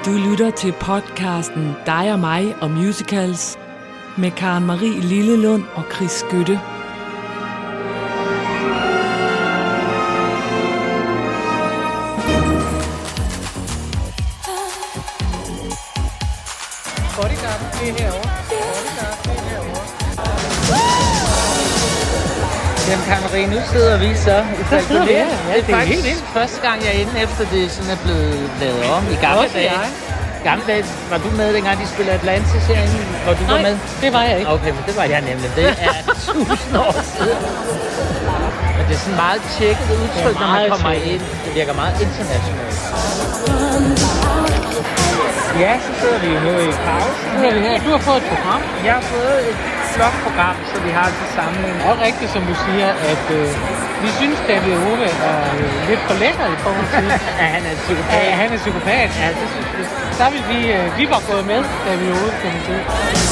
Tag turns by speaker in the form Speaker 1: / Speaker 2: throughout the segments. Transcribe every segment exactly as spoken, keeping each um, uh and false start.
Speaker 1: Du lytter til podcasten Dig og mig og musicals med Karen Marie Lillelund og Chris Skytte.
Speaker 2: Bodyguard, det er herovre. Bodyguard, det er herovre. Jamen, Karen Marie, nu sidder vi så i Falconer.
Speaker 1: Ja,
Speaker 2: det er faktisk helt første gang, jeg er inde, efter det sådan er blevet lavet om i gamle dage. Gamle dage, var du med, dengang de spillede Atlantis herinde? Var du
Speaker 1: Nej,
Speaker 2: med?
Speaker 1: det var jeg ikke.
Speaker 2: Okay, men det var jeg nemlig. Det er tusind år siden. Men det er sådan meget tjekket udtryk, når man kommer tjekket ind. Det virker meget internationalt. Ja, så sidder vi jo nu i pausen.
Speaker 1: Du har fået et program.
Speaker 2: Jeg har fået et flot program, så vi har til samling.
Speaker 1: Og rigtigt, som du siger, at øh, vi synes, David Ove er øh, lidt for lækker i forhold til,
Speaker 2: at han er en psykopat.
Speaker 1: at han er psykopat.
Speaker 2: Ja, det synes vi.
Speaker 1: Så vil vi, øh, vi var gået med, David Ove, kan man sige.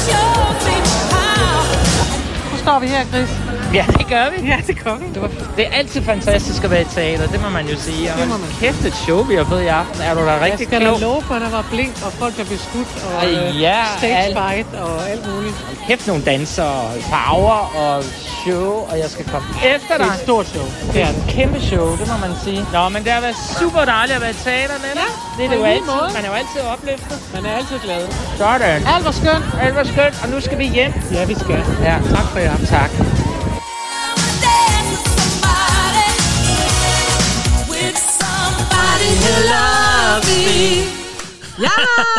Speaker 1: Nu står vi her, Chris.
Speaker 2: Ja, det gør vi.
Speaker 1: Ja, det gør vi.
Speaker 2: Det, var, det er altid fantastisk at være i teater, det må man jo sige. Og
Speaker 1: det må man.
Speaker 2: Kæft et show, vi har fået i aften. Er du da rigtig klog?
Speaker 1: Jeg skal da love for, at der var blink, og folk der blev skudt, og øh,
Speaker 2: ja,
Speaker 1: stage
Speaker 2: alt.
Speaker 1: fight, og alt muligt.
Speaker 2: Kæft nogle danser, farver og show, og jeg skal komme efter dig.
Speaker 1: Det er et stort show.
Speaker 2: Det er et kæmpe show, det må man sige. Nå, men det har været super dejligt at være i teater med dig.
Speaker 1: Ja,
Speaker 2: det er det jo
Speaker 1: på en
Speaker 2: altid.
Speaker 1: måde.
Speaker 2: Man er jo altid opløftet.
Speaker 1: Man er altid glad.
Speaker 2: Sådan.
Speaker 1: Alt var skønt.
Speaker 2: Alt var skønt, og nu skal vi hjem.
Speaker 1: Ja, vi skal.
Speaker 2: Ja, tak for jer. Tak.
Speaker 1: Ja!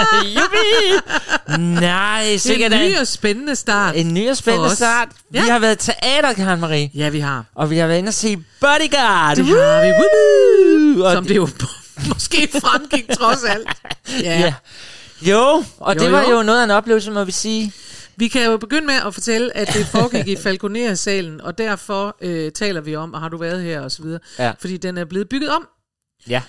Speaker 2: Jubi! Nej, sikkert
Speaker 1: en ny og spændende start.
Speaker 2: En ny og spændende start. Vi
Speaker 1: Ja.
Speaker 2: har været teater, Karen Marie.
Speaker 1: Ja, vi har.
Speaker 2: Og vi har været inde og se Bodyguard.
Speaker 1: Det har vi. Woo!
Speaker 2: Og
Speaker 1: Som det jo måske fremgik trods alt. Ja.
Speaker 2: Ja. Jo, og
Speaker 1: Jo,
Speaker 2: det var
Speaker 1: jo.
Speaker 2: jo noget af en oplevelse, må vi sige.
Speaker 1: Vi kan jo begynde med at fortælle, at det foregik i Falconer-salen, og derfor øh, taler vi om, og har du været her og så videre,
Speaker 2: Ja.
Speaker 1: fordi den er blevet bygget om.
Speaker 2: Ja.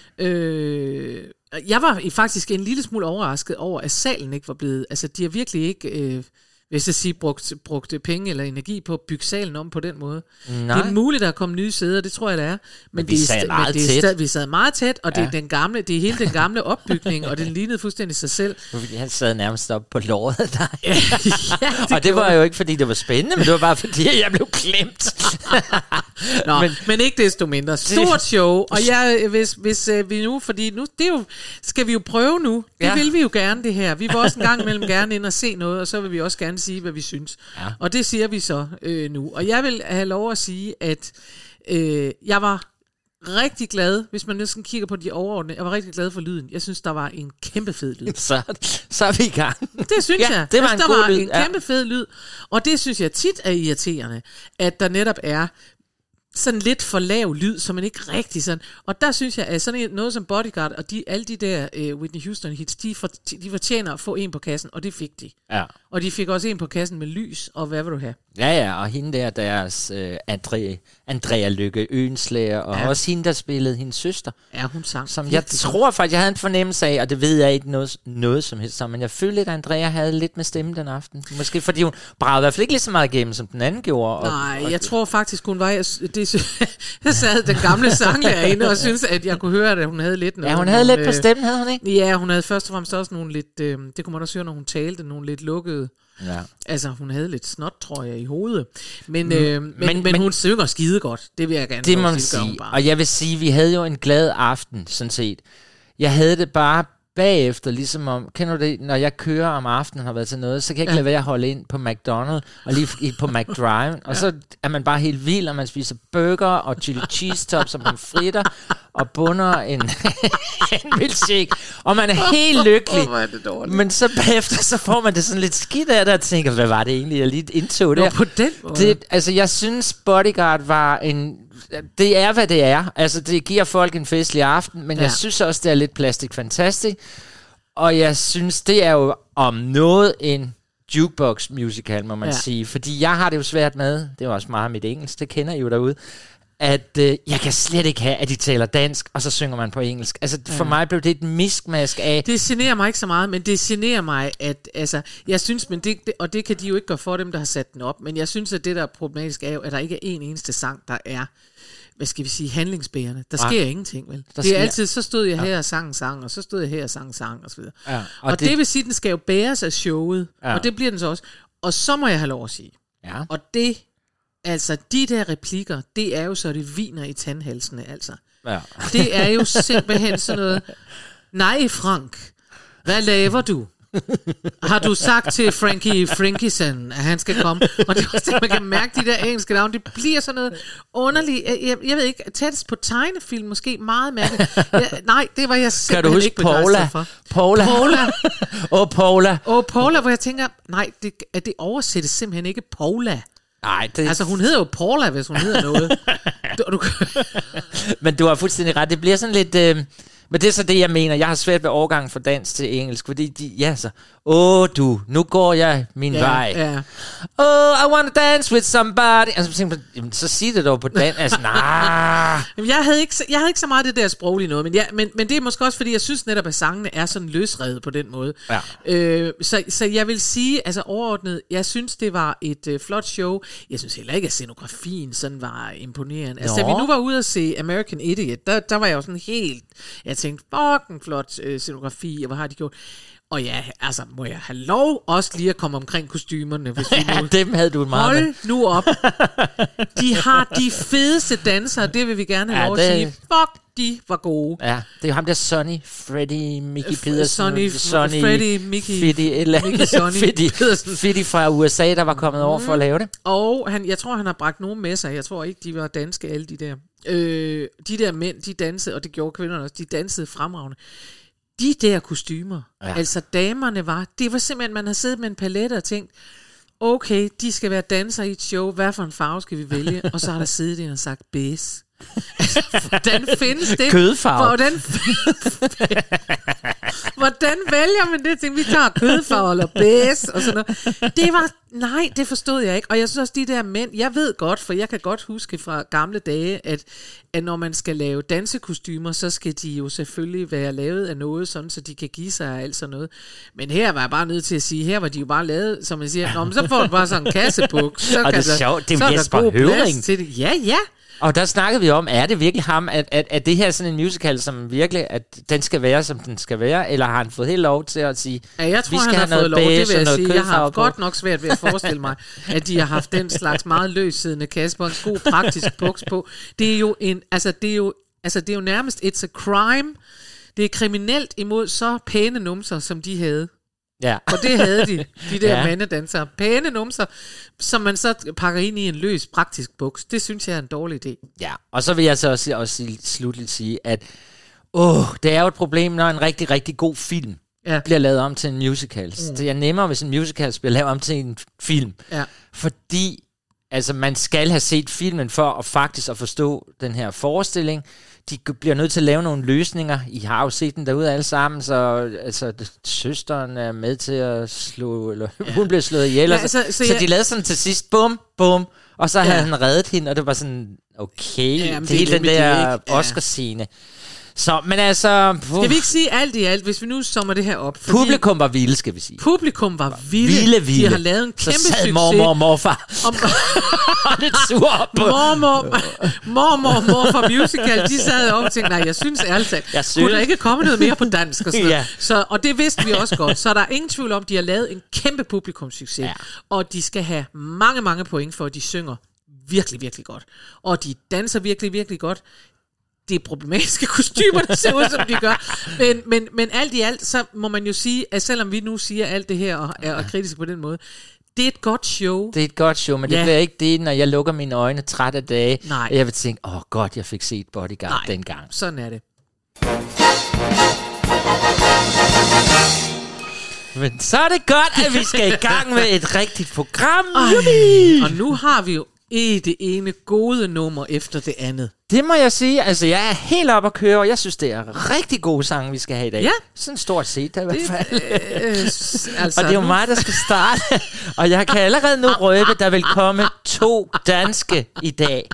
Speaker 1: Øh, jeg var i faktisk en lille smule overrasket over, at salen ikke var blevet... Altså, de har virkelig ikke, øh, hvis jeg siger, brugt, brugt penge eller energi på at bygge salen om på den måde.
Speaker 2: Nej.
Speaker 1: Det er muligt, der er kommet nye sæder, det tror jeg, der er. Men,
Speaker 2: Men vi
Speaker 1: det er
Speaker 2: sad
Speaker 1: sta-
Speaker 2: meget
Speaker 1: men det er
Speaker 2: tæt.
Speaker 1: Stad, vi sad meget tæt, og det,
Speaker 2: Ja.
Speaker 1: er den gamle, det er hele den gamle opbygning, og den lignede fuldstændig sig selv.
Speaker 2: Jeg sad nærmest op på låret der.
Speaker 1: ja, det
Speaker 2: Og det var jo ikke, fordi det var spændende, men det var bare, fordi jeg blev klemt.
Speaker 1: Nå, men,
Speaker 2: Men-
Speaker 1: men ikke desto mindre. Stort show, og jeg, hvis, hvis øh, vi nu, fordi nu, det er jo, skal vi jo prøve nu. Det
Speaker 2: Ja.
Speaker 1: vil vi jo gerne, det her. Vi vil også en gang imellem gerne ind og se noget, og så vil vi også gerne sige, hvad vi synes.
Speaker 2: Ja.
Speaker 1: Og det siger vi så øh, nu. Og jeg vil have lov at sige, at øh, jeg var rigtig glad, hvis man næsten kigger på de overordnede, jeg var rigtig glad for lyden. Jeg synes, der var en kæmpe fed lyd.
Speaker 2: Så, så er vi i gang.
Speaker 1: Det synes
Speaker 2: Ja,
Speaker 1: jeg.
Speaker 2: det var
Speaker 1: Jeg
Speaker 2: en
Speaker 1: synes, der
Speaker 2: god
Speaker 1: var
Speaker 2: lyd,
Speaker 1: en
Speaker 2: ja.
Speaker 1: kæmpe fed lyd. Og det synes jeg tit er irriterende, at der netop er sådan lidt for lav lyd, så man ikke rigtig sådan. Og der synes jeg, at sådan en- noget som Bodyguard og de, alle de der uh, Whitney Houston hits, de, for, de fortjener at få en på kassen, og det fik de.
Speaker 2: Ja.
Speaker 1: Og de fik også en på kassen med lys, og hvad vil du have?
Speaker 2: Ja, ja, og hende der, deres øh, Andrea, Andrea Lykke Øenslæger, og
Speaker 1: Ja.
Speaker 2: ja. også hende, der spillede hendes søster,
Speaker 1: Ja, hun sang.
Speaker 2: som jeg
Speaker 1: virkelig
Speaker 2: tror faktisk, jeg havde en fornemmelse af, og det ved jeg ikke noget, noget som helst om, men jeg følte, at Andrea havde lidt med stemme den aften. Måske fordi hun bragede i hvert fald ikke lige så meget igennem, som den anden gjorde. Og,
Speaker 1: Nej,
Speaker 2: og,
Speaker 1: jeg tror faktisk, hun var... Jeg, det, jeg sad den gamle sanglærerinde og synes at jeg kunne høre, at hun havde lidt noget.
Speaker 2: Ja, hun havde
Speaker 1: nogle,
Speaker 2: lidt på stemmen, havde hun ikke?
Speaker 1: Ja, hun havde først og fremmest også nogle lidt... Øh, det kunne man også høre, når hun talte, nogle lidt lukkede...
Speaker 2: Ja.
Speaker 1: Altså, hun havde lidt snot, tror jeg, i hovedet. Men, mm. øh, men, men,
Speaker 2: Men-
Speaker 1: men
Speaker 2: men-
Speaker 1: hun synger skide godt. Det vil jeg gerne
Speaker 2: Det
Speaker 1: få
Speaker 2: må
Speaker 1: lov
Speaker 2: man
Speaker 1: til, det gør hun
Speaker 2: sige.
Speaker 1: bare.
Speaker 2: Og jeg vil sige, vi havde jo en glad aften, sådan set. Jeg havde det bare bagefter, ligesom om, kender du det, når jeg kører om aftenen har været til noget, så kan jeg ikke
Speaker 1: Ja.
Speaker 2: lade være at holde ind på McDonald's, og lige i- på McDrive, og så er man bare helt vild, og man spiser burger, og chili cheese tops, og pomfritter, og bunder en, en milkshake, og man er helt lykkelig.
Speaker 1: Hvor er det dårligt.
Speaker 2: Men så bagefter, så får man det sådan lidt skidt af det, og tænker, hvad var det egentlig, jeg lige indtog
Speaker 1: Nå,
Speaker 2: der?
Speaker 1: på den måde.
Speaker 2: Det, altså, jeg synes, Bodyguard var en... Det er, hvad det er. Altså, det giver folk en festlig aften, men
Speaker 1: Ja.
Speaker 2: ja. jeg synes også, det er lidt plastic fantastic. Og jeg synes, det er jo om noget en jukebox musical, må man
Speaker 1: Ja.
Speaker 2: ja. sige. Fordi jeg har det jo svært med, det er jo også meget mit engelsk, det kender I jo derude, at øh, jeg kan slet ikke have, at de taler dansk, og så synger man på engelsk. Altså, for ja. mig blev det et miskmask af...
Speaker 1: Det generer mig ikke så meget, men det generer mig, at... Altså, jeg synes, men det, det, og det kan de jo ikke gøre for dem, der har sat den op, men jeg synes, at det, der er problematisk, er jo, at der ikke er en eneste sang, der er... hvad skal vi sige, handlingsbærende. Der sker ja. ingenting, vel? Der det er sker. altid, så stod jeg her ja. og sang en sang, og så stod jeg her og sang en sang, og så videre. Ja. Og, og det, det vil sige, at den skal jo bæres af showet, ja. og det bliver den så også. Og så må jeg have lov at sige. Ja. Og det, altså de der replikker, det er jo så, det viner i tandhalsene, altså. Ja. Det er jo simpelthen sådan noget, nej Frank, hvad laver du? Har du sagt til Frankie Frankison, at han skal komme? Og det er også det, man kan mærke, de der engelske navne, det bliver sådan noget underligt. Jeg, jeg ved ikke, tættest på tegnefilm måske meget mærkeligt. Jeg, nej, det var jeg simpelthen ikke begejstret for.
Speaker 2: Paula? Paula. Åh, oh, Paula.
Speaker 1: Åh, oh, Paula, hvor jeg tænker, nej, det, at det oversættes simpelthen ikke Paula.
Speaker 2: Nej, det...
Speaker 1: Altså, hun hedder jo Paula, hvis hun hedder noget. du, du...
Speaker 2: Men du har fuldstændig ret. Det bliver sådan lidt... Øh... Men det er så det, jeg mener. Jeg har svært ved overgangen fra dansk til engelsk, fordi de, ja, så, åh du, nu går jeg min ja, vej. Ja. Oh, I want to dance with somebody. Altså, jamen, så sig det dog på dansk. Altså, nah.
Speaker 1: Jamen, jeg havde ikke, jeg havde ikke så meget det der sproglige noget, men, ja, men, men det er måske også, fordi jeg synes netop, at sangene er sådan løsredet på den måde. Ja. Øh, så, så jeg vil sige, altså overordnet, jeg synes, det var et øh, flot show. Jeg synes heller ikke, at scenografien sådan var imponerende. Altså, da vi nu var ude at se American Idiot, der, der var jeg jo sådan helt... Jeg tænkte, fucking flot øh, scenografi, og hvad har de gjort? Og ja, altså, må jeg have lov også lige at komme omkring kostymerne, hvis vi nu...
Speaker 2: Dem havde du meget
Speaker 1: Hold
Speaker 2: med.
Speaker 1: nu op. De har de fedeste dansere, det vil vi gerne have ja, lov at det... sige. Fuck, de var gode.
Speaker 2: Ja, det er jo ham der Sonny, Freddie, Mickey F- Peterson.
Speaker 1: Sonny, Sonny, Freddie, Mickey,
Speaker 2: Fiddy, eller Mickey, Sonny, Fiddy, Fiddy fra U S A, der var kommet over mm. for at lave det.
Speaker 1: Og han, jeg tror, han har bragt nogen med sig. Jeg tror ikke, de var danske, alle de der. Øh, de der mænd, de dansede, og det gjorde kvinderne også, de dansede fremragende. De der kostymer, ja. altså damerne var, det var simpelthen, man har siddet med en palette og tænkt, okay, de skal være dansere i et show, hvad for en farve skal vi vælge? Og så har der siddet en og sagt, beige. Altså, hvordan findes det?
Speaker 2: Kødfarve.
Speaker 1: Hvordan, hvordan vælger man det? Tænkte, vi tager kødfarve eller beige og sådan noget. Det var, nej, det forstod jeg ikke. Og jeg synes også, de der mænd, jeg ved godt, for jeg kan godt huske fra gamle dage, at, at når man skal lave dansekostymer, så skal de jo selvfølgelig være lavet af noget, sådan så de kan give sig og alt sådan noget. Men her var jeg bare nødt til at sige, her var de jo bare lavet, som man siger, nå, men så får du bare sådan en kassebuk. Så
Speaker 2: og
Speaker 1: kan
Speaker 2: det er sjovt, det er
Speaker 1: jo
Speaker 2: Jesper Høvring.
Speaker 1: Til det. Ja, ja.
Speaker 2: Og der snakkede vi om, er det virkelig ham, at, at, at det her er sådan en musical, som virkelig, at den skal være, som den skal være, eller har han fået helt lov til at sige,
Speaker 1: ja, jeg tror, vi skal han har fået lov, det vil jeg sige. Jeg har godt nok svært ved at forestille mig, at de har haft den slags meget løssiddende kasse på en god praktisk buks på. Det er jo en, altså det er jo, altså det er jo nærmest, it's a crime. Det er kriminelt imod så pæne numser, som de havde.
Speaker 2: Ja.
Speaker 1: Og det havde de, de der ja. mandedansere. Pæne numser, som man så pakker ind i en løs praktisk buks. Det synes jeg er en dårlig idé.
Speaker 2: Ja, og så vil jeg så også, også slutligt sige, at åh, det er jo et problem, når en rigtig, rigtig god film ja. bliver lavet om til en musical. Mm. Det er nemmere, hvis en musical bliver lavet om til en film. Ja. Fordi altså, man skal have set filmen for at faktisk at forstå den her forestilling. De bliver nødt til at lave nogle løsninger. I har jo set den derude alle sammen, så altså, søsteren er med til at slå, eller ja. hun blev slået ihjel. Ja, altså, så, så, så jeg... de lavede sådan til sidst, bum, bum, og så ja. havde han reddet hende, og det var sådan, okay, ja, det er hele den der Oscar-scene. Så, men altså... Puh.
Speaker 1: Skal vi ikke sige alt i alt, hvis vi nu sommer det her op?
Speaker 2: Publikum var vilde, skal vi sige.
Speaker 1: Publikum var vilde.
Speaker 2: Vilde, vilde.
Speaker 1: De har lavet en kæmpe succes. Så sad
Speaker 2: mormor og morfar om, og lidt sur op.
Speaker 1: Mormor, mormor og morfar musical, de sad op og tænkte, nej, jeg synes ærligt talt, jeg synes. Kunne der ikke komme noget mere på dansk og sådan noget. Ja. Så, og det vidste vi også godt. Så der er ingen tvivl om, de har lavet en kæmpe publikumssucces. Ja. Og de skal have mange, mange point for, at de synger virkelig, virkelig godt. Og de danser virkelig, virkelig godt. Det er problematiske kostymer, der ser ud, som de gør. Men, men, men alt i alt, så må man jo sige, at selvom vi nu siger alt det her og er og kritiske på den måde, det er et godt show.
Speaker 2: Det er et godt show, men ja. det bliver ikke det, når jeg lukker mine øjne træt af dage. Nej. Og jeg vil tænke, åh oh, godt, jeg fik set Bodyguard Nej, dengang.
Speaker 1: Sådan er det.
Speaker 2: Men så er det godt, at vi skal i gang med et rigtigt program.
Speaker 1: Ej, og nu har vi jo i det ene gode nummer efter det andet.
Speaker 2: Det må jeg sige. Altså, jeg er helt op at køre, og jeg synes, det er rigtig gode sange, vi skal have i dag.
Speaker 1: Ja.
Speaker 2: Sådan stort set, i hvert fald.
Speaker 1: Øh, altså,
Speaker 2: og det er jo mig, der skal starte. Og jeg kan allerede nu røbe, der vil komme to danske i dag.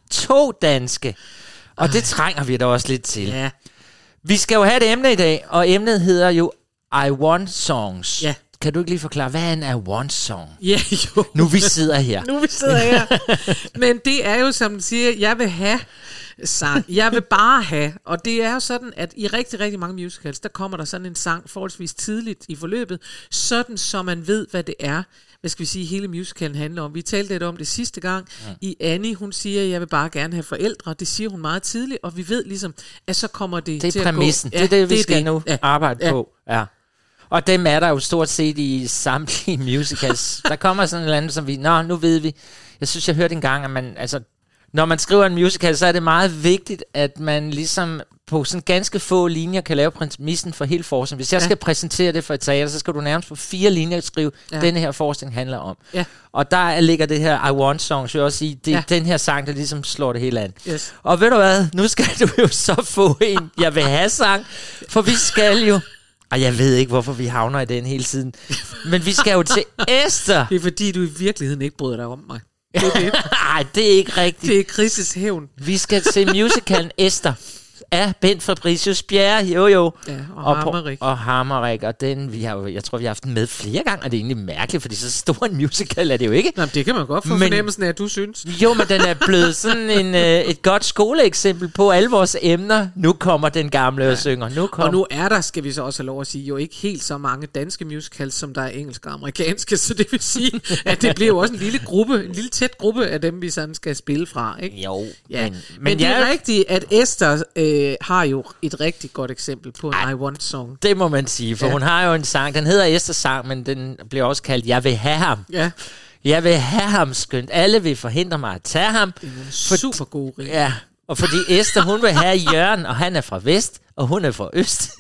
Speaker 2: To danske. Og Ej. det trænger vi da også lidt til.
Speaker 1: Ja.
Speaker 2: Vi skal jo have et emne i dag, og emnet hedder jo I Want Songs.
Speaker 1: Ja.
Speaker 2: Kan du ikke lige forklare, hvad er en I Want Song?
Speaker 1: Ja, jo.
Speaker 2: Nu vi sidder her.
Speaker 1: nu vi sidder her. Men det er jo, som man siger, jeg vil have sang. Jeg vil bare have. Og det er jo sådan, at i rigtig, rigtig mange musicals, der kommer der sådan en sang forholdsvis tidligt i forløbet, sådan så man ved, hvad det er. Hvad skal vi sige, hele musicalen handler om. Vi talte lidt om det sidste gang. Ja. I Annie, hun siger, jeg vil bare gerne have forældre. Det siger hun meget tidligt, og vi ved ligesom, at så kommer det,
Speaker 2: det
Speaker 1: til
Speaker 2: præmissen.
Speaker 1: at gå.
Speaker 2: Det er det, vi
Speaker 1: det
Speaker 2: skal
Speaker 1: det.
Speaker 2: nu
Speaker 1: ja.
Speaker 2: arbejde
Speaker 1: ja.
Speaker 2: på. Ja. Og dem er der jo stort set i samtlige musicals. Der kommer sådan et eller andet, som vi, nå, nu ved vi. Jeg synes, jeg hørte engang, at man, altså, når man skriver en musical, så er det meget vigtigt, at man ligesom på sådan ganske få linjer kan lave præmissen for hele forskningen. Hvis jeg ja. skal præsentere det for et teater, så skal du nærmest på fire linjer skrive, ja. denne her forskning handler om. Ja. Og der ligger det her I Want Song, så jeg også sige, det er ja. den her sang, der ligesom slår det hele an. Yes. Og ved du hvad, nu skal du jo så få en, jeg vil have sang, for vi skal jo... Og jeg ved ikke, hvorfor vi havner i den hele tiden. Men vi skal jo til Esther.
Speaker 1: Det er fordi, du i virkeligheden ikke bryder dig om mig. Det er det.
Speaker 2: Nej, det er ikke rigtigt.
Speaker 1: Det er Chris' hævn.
Speaker 2: Vi skal til musicalen Esther af Bent Fabricius Bjerre, jo jo.
Speaker 1: Ja, og, og Hammerik.
Speaker 2: Og Hammerik, og den, vi har jo, jeg tror, vi har haft den med flere gange, og det er egentlig mærkeligt, fordi så stor en musical er det jo ikke.
Speaker 1: Nå, det kan man godt få men, fornemmelsen af, at du synes.
Speaker 2: Jo, men den er blevet sådan en, øh, et godt skoleeksempel på alle vores emner. Nu kommer den gamle ja. og synger. Nu kom.
Speaker 1: Og nu er der, skal vi så også have lov at sige, jo ikke helt så mange danske musicals, som der er engelske og amerikanske, så det vil sige, at det bliver jo også en lille gruppe, en lille tæt gruppe af dem, vi sådan skal spille fra, ikke?
Speaker 2: Jo.
Speaker 1: Ja. Men, men,
Speaker 2: men
Speaker 1: det
Speaker 2: jeg...
Speaker 1: er rigtigt, at Esther øh, har jo et rigtig godt eksempel på en Ej, I Want Song.
Speaker 2: Det må man sige, for ja. hun har jo en sang, den hedder Esther sang, men den bliver også kaldt Jeg vil have ham.
Speaker 1: Ja.
Speaker 2: Jeg vil have ham skønt. Alle vil forhindre mig at tage ham.
Speaker 1: Det er en for, super god rig.
Speaker 2: Ja, og fordi Esther, hun vil have Jørgen, og han er fra vest, og hun er fra øst.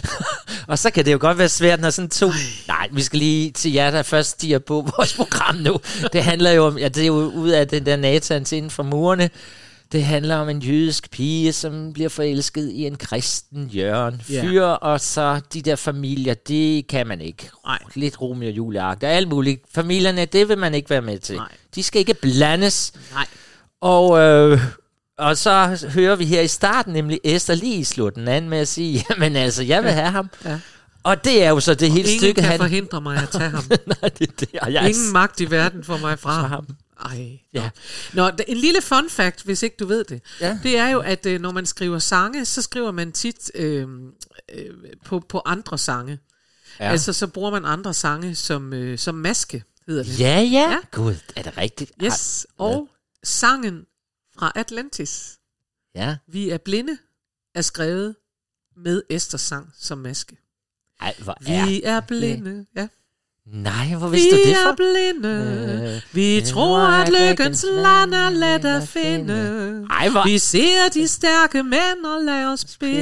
Speaker 2: Og så kan det jo godt være svært, når sådan to... Ej. Nej, vi skal lige til jer, der først stiger på vores program nu. Det handler jo om... Ja, det er jo ud af den der Nathans inden for murene. Det handler om en jødisk pige, som bliver forelsket i en kristen Jørgen fyr, yeah. og så de der familier, det kan man ikke.
Speaker 1: Nej.
Speaker 2: Lidt Romeo og Julie-agtigt. Alt muligt. Familierne, det vil man ikke være med til.
Speaker 1: Nej.
Speaker 2: De skal ikke blandes.
Speaker 1: Nej.
Speaker 2: Og, øh, og så hører vi her i starten, nemlig Esther lige slå den anden med at sige, men altså, jeg vil have ham. Ja. Og det er jo så det og hele
Speaker 1: ingen
Speaker 2: stykke,
Speaker 1: kan
Speaker 2: han...
Speaker 1: forhindre mig at tage ham.
Speaker 2: Nej, det, det, jeg
Speaker 1: ingen magt i verden får mig fra ham. Ej. Ja. Nå, en lille fun fact, hvis ikke du ved det, ja. det er jo, at øh, når man skriver sange, så skriver man tit øh, øh, på, på andre sange. Ja. Altså, så bruger man andre sange som, øh, som maske, hedder det.
Speaker 2: Ja, ja. ja. Gud, er det rigtigt?
Speaker 1: Yes, og ja. sangen fra Atlantis,
Speaker 2: ja.
Speaker 1: Vi er blinde, er skrevet med Esters sang som maske.
Speaker 2: Ej, hvor er
Speaker 1: Vi er blinde, ja.
Speaker 2: Nej, hvor vidste du det for?
Speaker 1: Vi er blinde, øh, vi tror, at lykkens land er let at finde.
Speaker 2: Ej, hvor...
Speaker 1: Vi ser de stærke mænd og lader os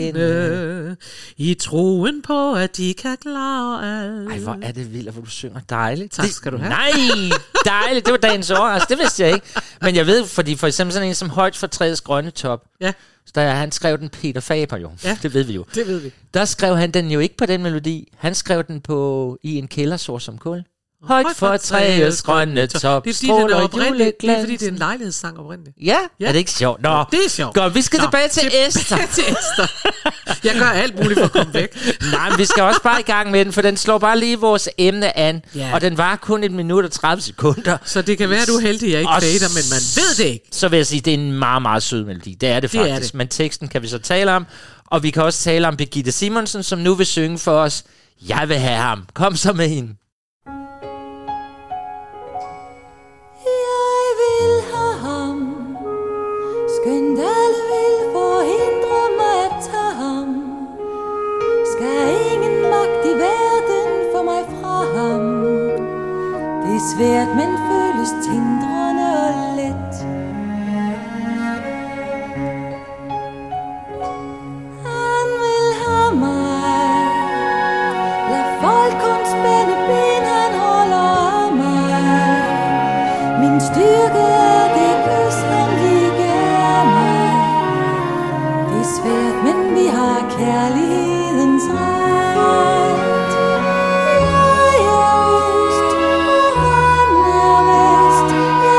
Speaker 1: spinde, i troen på, at de kan klare alt.
Speaker 2: Ej, hvor er det vildt, hvor du synger dejligt.
Speaker 1: Tak skal du have.
Speaker 2: Nej, dejligt, det var dagens år, altså, det vidste jeg ikke. Men jeg ved, fordi for eksempel sådan en som Højt for træets grønne top, ja. Der, han skrev den Peter Faber jo, ja, det ved vi jo.
Speaker 1: Det ved vi.
Speaker 2: Der skrev han den jo ikke på den melodi, han skrev den på I en kælder sort som kul. Højt for træets grønne top, stråler juleglæns.
Speaker 1: Det er fordi, det er en lejlighedssang oprindeligt.
Speaker 2: Ja, ja, er det ikke sjovt? Nå,
Speaker 1: det er sjovt.
Speaker 2: Godt, vi skal
Speaker 1: Nå,
Speaker 2: tilbage til
Speaker 1: til,
Speaker 2: Esther.
Speaker 1: til Esther. Jeg gør alt muligt for at komme væk.
Speaker 2: Nej, men vi skal også bare i gang med den, for den slår bare lige vores emne an. Ja. Og den var kun et minut og tredive sekunder.
Speaker 1: Så det kan være, at du er heldig, at jeg ikke fader, men man ved det ikke.
Speaker 2: Så vil jeg sige, det er en meget, meget sød melodi. Det er det, det faktisk. Er det. Men teksten kan vi så tale om. Og vi kan også tale om Birgitte Simonsen, som nu vil synge for os. Jeg vil have ham. Kom så med hende.
Speaker 3: Skønt alle vil forhindre mig at tage ham, skal ingen magt i verden få mig fra ham. Det er svært, men føles tindrende og let. Han vil have mig, lad folk kun spænde ben, han holder af mig. Min styrke er det kys, han ligger mig. Det er svært, men vi har kærlighedens ret. Jeg er øst, og han er vest.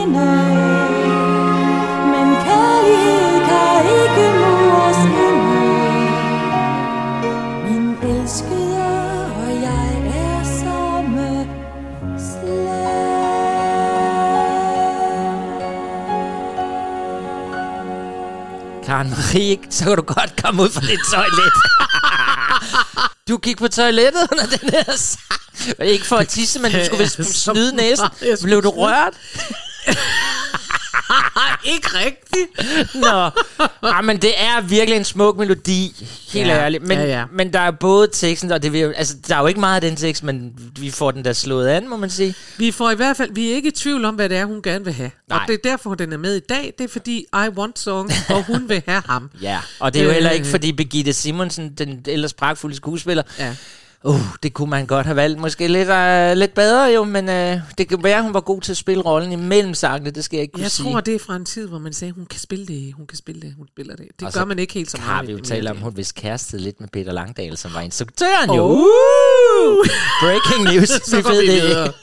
Speaker 3: ende. Men kærlighed kan ikke mures inde. Min elskede og jeg er samme slag.
Speaker 2: Karen Marie, så kan du godt komme ud fra dit toilet. Du gik på toilettet under den her sang. Ikke for at tisse, men du skulle vist snyde næsen. Blev du rørt?
Speaker 1: Ikke rigtigt.
Speaker 2: Nå, ah, men det er virkelig en smuk melodi. Helt
Speaker 1: Ja.
Speaker 2: ærligt. Men,
Speaker 1: Ja, ja.
Speaker 2: men der er både teksten, og det vil, altså, der er jo ikke meget af den tekst, men vi får den der slået an, må man sige.
Speaker 1: Vi får i hvert fald, vi er ikke i tvivl om, hvad det er, hun gerne vil have.
Speaker 2: Nej.
Speaker 1: Og det er derfor, den er med i dag. Det er fordi I Want Song, og hun vil have ham.
Speaker 2: Ja, og det er jo
Speaker 1: Øh.
Speaker 2: heller ikke, fordi Birgitte Simonsen, den ellers pragtfulde skuespiller,
Speaker 1: Ja.
Speaker 2: uh, det kunne man godt have valgt. Måske lidt, uh, lidt bedre jo, men uh, det kan være, hun var god til at spille rollen imellem sangene, det skal jeg ikke kunne
Speaker 1: Jeg
Speaker 2: sige.
Speaker 1: tror, det er fra en tid, hvor man sagde, hun kan spille det, hun kan spille det, hun spiller det. Det
Speaker 2: Og så
Speaker 1: gør man ikke helt så meget.
Speaker 2: har vi jo
Speaker 1: mere
Speaker 2: talt om,
Speaker 1: i dag.
Speaker 2: hun vist kærestede lidt med Peter Langdal, som var instruktøren jo.
Speaker 1: Oh.
Speaker 2: Uh! Breaking news,
Speaker 1: Så
Speaker 2: vi
Speaker 1: går
Speaker 2: ved
Speaker 1: vi
Speaker 2: det
Speaker 1: videre.
Speaker 2: ikke.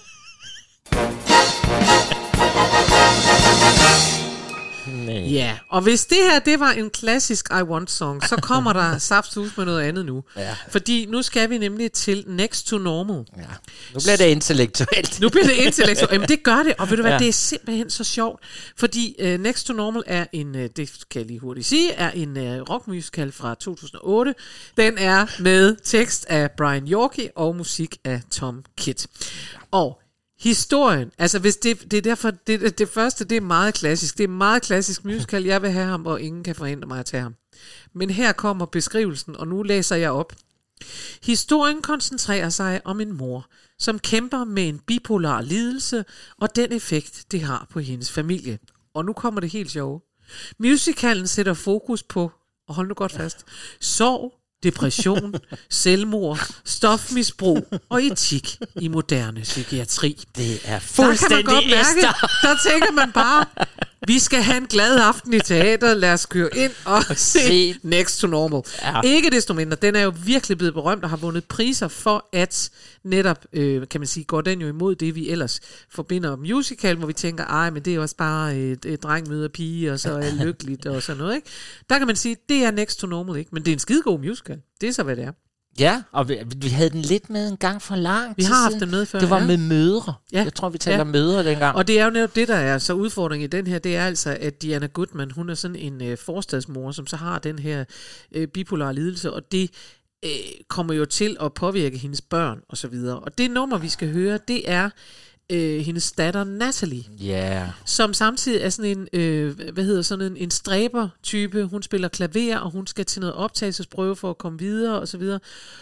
Speaker 2: Nej.
Speaker 1: Ja, og hvis det her, det var en klassisk I Want Song, så kommer der saftsus med noget andet nu.
Speaker 2: Ja.
Speaker 1: Fordi nu skal vi nemlig til Next to Normal.
Speaker 2: Ja. Nu bliver det intellektuelt.
Speaker 1: Nu bliver det intellektuelt. Jamen det gør det, og ved du hvad,
Speaker 2: Ja.
Speaker 1: ja. det er simpelthen så sjovt. Fordi uh, Next to Normal er en, uh, det kan jeg lige hurtigt sige, er en uh, rockmusical fra to tusind og otte. Den er med tekst af Brian Yorkie og musik af Tom Kitt. Og historien, altså hvis det, det er derfor, det, det første, det er meget klassisk. Det er meget klassisk musical. Jeg vil have ham, og ingen kan forhindre mig at tage ham. Men her kommer beskrivelsen, og nu læser jeg op. Historien koncentrerer sig om en mor, som kæmper med en bipolar lidelse og den effekt, det har på hendes familie. Og nu kommer det helt sjove. Musicalen sætter fokus på, og hold nu godt fast, sorg, depression, selvmord, stofmisbrug og etik i moderne psykiatri.
Speaker 2: Det er
Speaker 1: Der kan man
Speaker 2: fuldstændig
Speaker 1: godt mærke,
Speaker 2: Esther.
Speaker 1: der tænker man bare, vi skal have en glad aften i teateret, lad os køre ind og se
Speaker 2: se.
Speaker 1: Next to Normal.
Speaker 2: Ja.
Speaker 1: Ikke desto mindre, den er jo virkelig blevet berømt og har vundet priser for at netop, øh, kan man sige, går den jo imod det, vi ellers forbinder musical, hvor vi tænker, ej, men det er også bare et, et dreng møder pige, og så er det lykkeligt og sådan noget, ikke? Der kan man sige, det er Next to Normal, ikke? Men det er en skidegod musical. Det er så, hvad det er.
Speaker 2: Ja, og vi, vi havde den lidt med en gang for lang
Speaker 1: Vi
Speaker 2: tid
Speaker 1: har haft
Speaker 2: siden.
Speaker 1: den med før,
Speaker 2: Det var
Speaker 1: ja.
Speaker 2: med mødre.
Speaker 1: Ja.
Speaker 2: Jeg tror, vi talte
Speaker 1: Ja.
Speaker 2: om mødre dengang.
Speaker 1: Og det er jo netop det, der er så udfordring i den her, det er altså, at Diana Goodman, hun er sådan en øh, forstadsmor, som så har den her øh, bipolare lidelse, og det øh, kommer jo til at påvirke hendes børn og så videre. Og det nummer, vi skal høre, det er øh, hendes datter Natalie,
Speaker 2: Ja. Yeah.
Speaker 1: som samtidig er sådan en, øh, hvad hedder sådan en, en stræber-type. Hun spiller klaver, og hun skal til noget optagelsesprøve for at komme videre og så videre.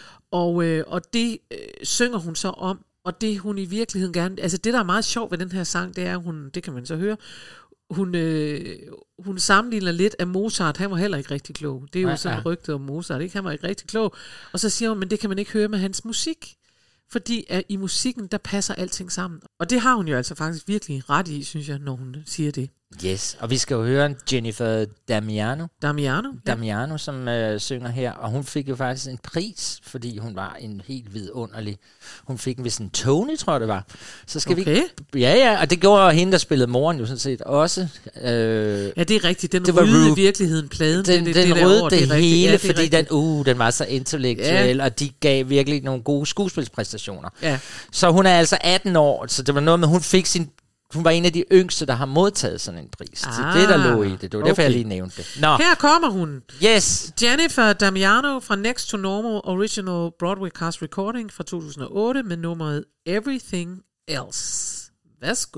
Speaker 1: Og, øh, og det øh, synger hun så om, og det hun i virkeligheden gerne... Altså det, der er meget sjovt ved den her sang, det er, hun, det kan man så høre, hun, øh, hun sammenligner lidt af Mozart. Han var heller ikke rigtig klog. Det er jo
Speaker 2: Ja,
Speaker 1: sådan
Speaker 2: ja.
Speaker 1: rygtet om Mozart, ikke? Han var ikke rigtig klog. Og så siger hun, men det kan man ikke høre med hans musik. Fordi at i musikken, der passer alting sammen. Og det har hun jo altså faktisk virkelig ret i, synes jeg, når hun siger det.
Speaker 2: Yes, og vi skal jo høre en Jennifer Damiano.
Speaker 1: Damiano. Ja.
Speaker 2: Damiano, som øh, synger her, og hun fik jo faktisk en pris, fordi hun var en helt vidunderlig. Hun fik en vist en Tony, tror jeg det var. Så skal
Speaker 1: Okay.
Speaker 2: vi... Ja, ja, og det gjorde hende, der spillede moren jo sådan set også. Øh,
Speaker 1: Ja, det er rigtigt. Den
Speaker 2: Det var
Speaker 1: rydde i
Speaker 2: Ru-
Speaker 1: virkeligheden pladen.
Speaker 2: den
Speaker 1: det,
Speaker 2: den
Speaker 1: det der
Speaker 2: rødte
Speaker 1: over,
Speaker 2: det,
Speaker 1: det er
Speaker 2: hele,
Speaker 1: rigtigt. Ja, det er
Speaker 2: fordi den,
Speaker 1: rigtigt.
Speaker 2: uh, den var så intellektuel, ja. Og de gav virkelig nogle gode skuespilspræstationer.
Speaker 1: Ja.
Speaker 2: Så hun er altså atten år, så det var noget med, hun fik sin... Hun var en af de yngste, der har modtaget sådan en pris. Ah, så det, der lå i det. Det var okay. Derfor, jeg lige nævnte det. Nå,
Speaker 1: Her kommer hun.
Speaker 2: yes.
Speaker 1: Jennifer Damiano fra Next to Normal Original Broadway Cast Recording fra to tusind og otte med nummeret Everything Else. Værsgo.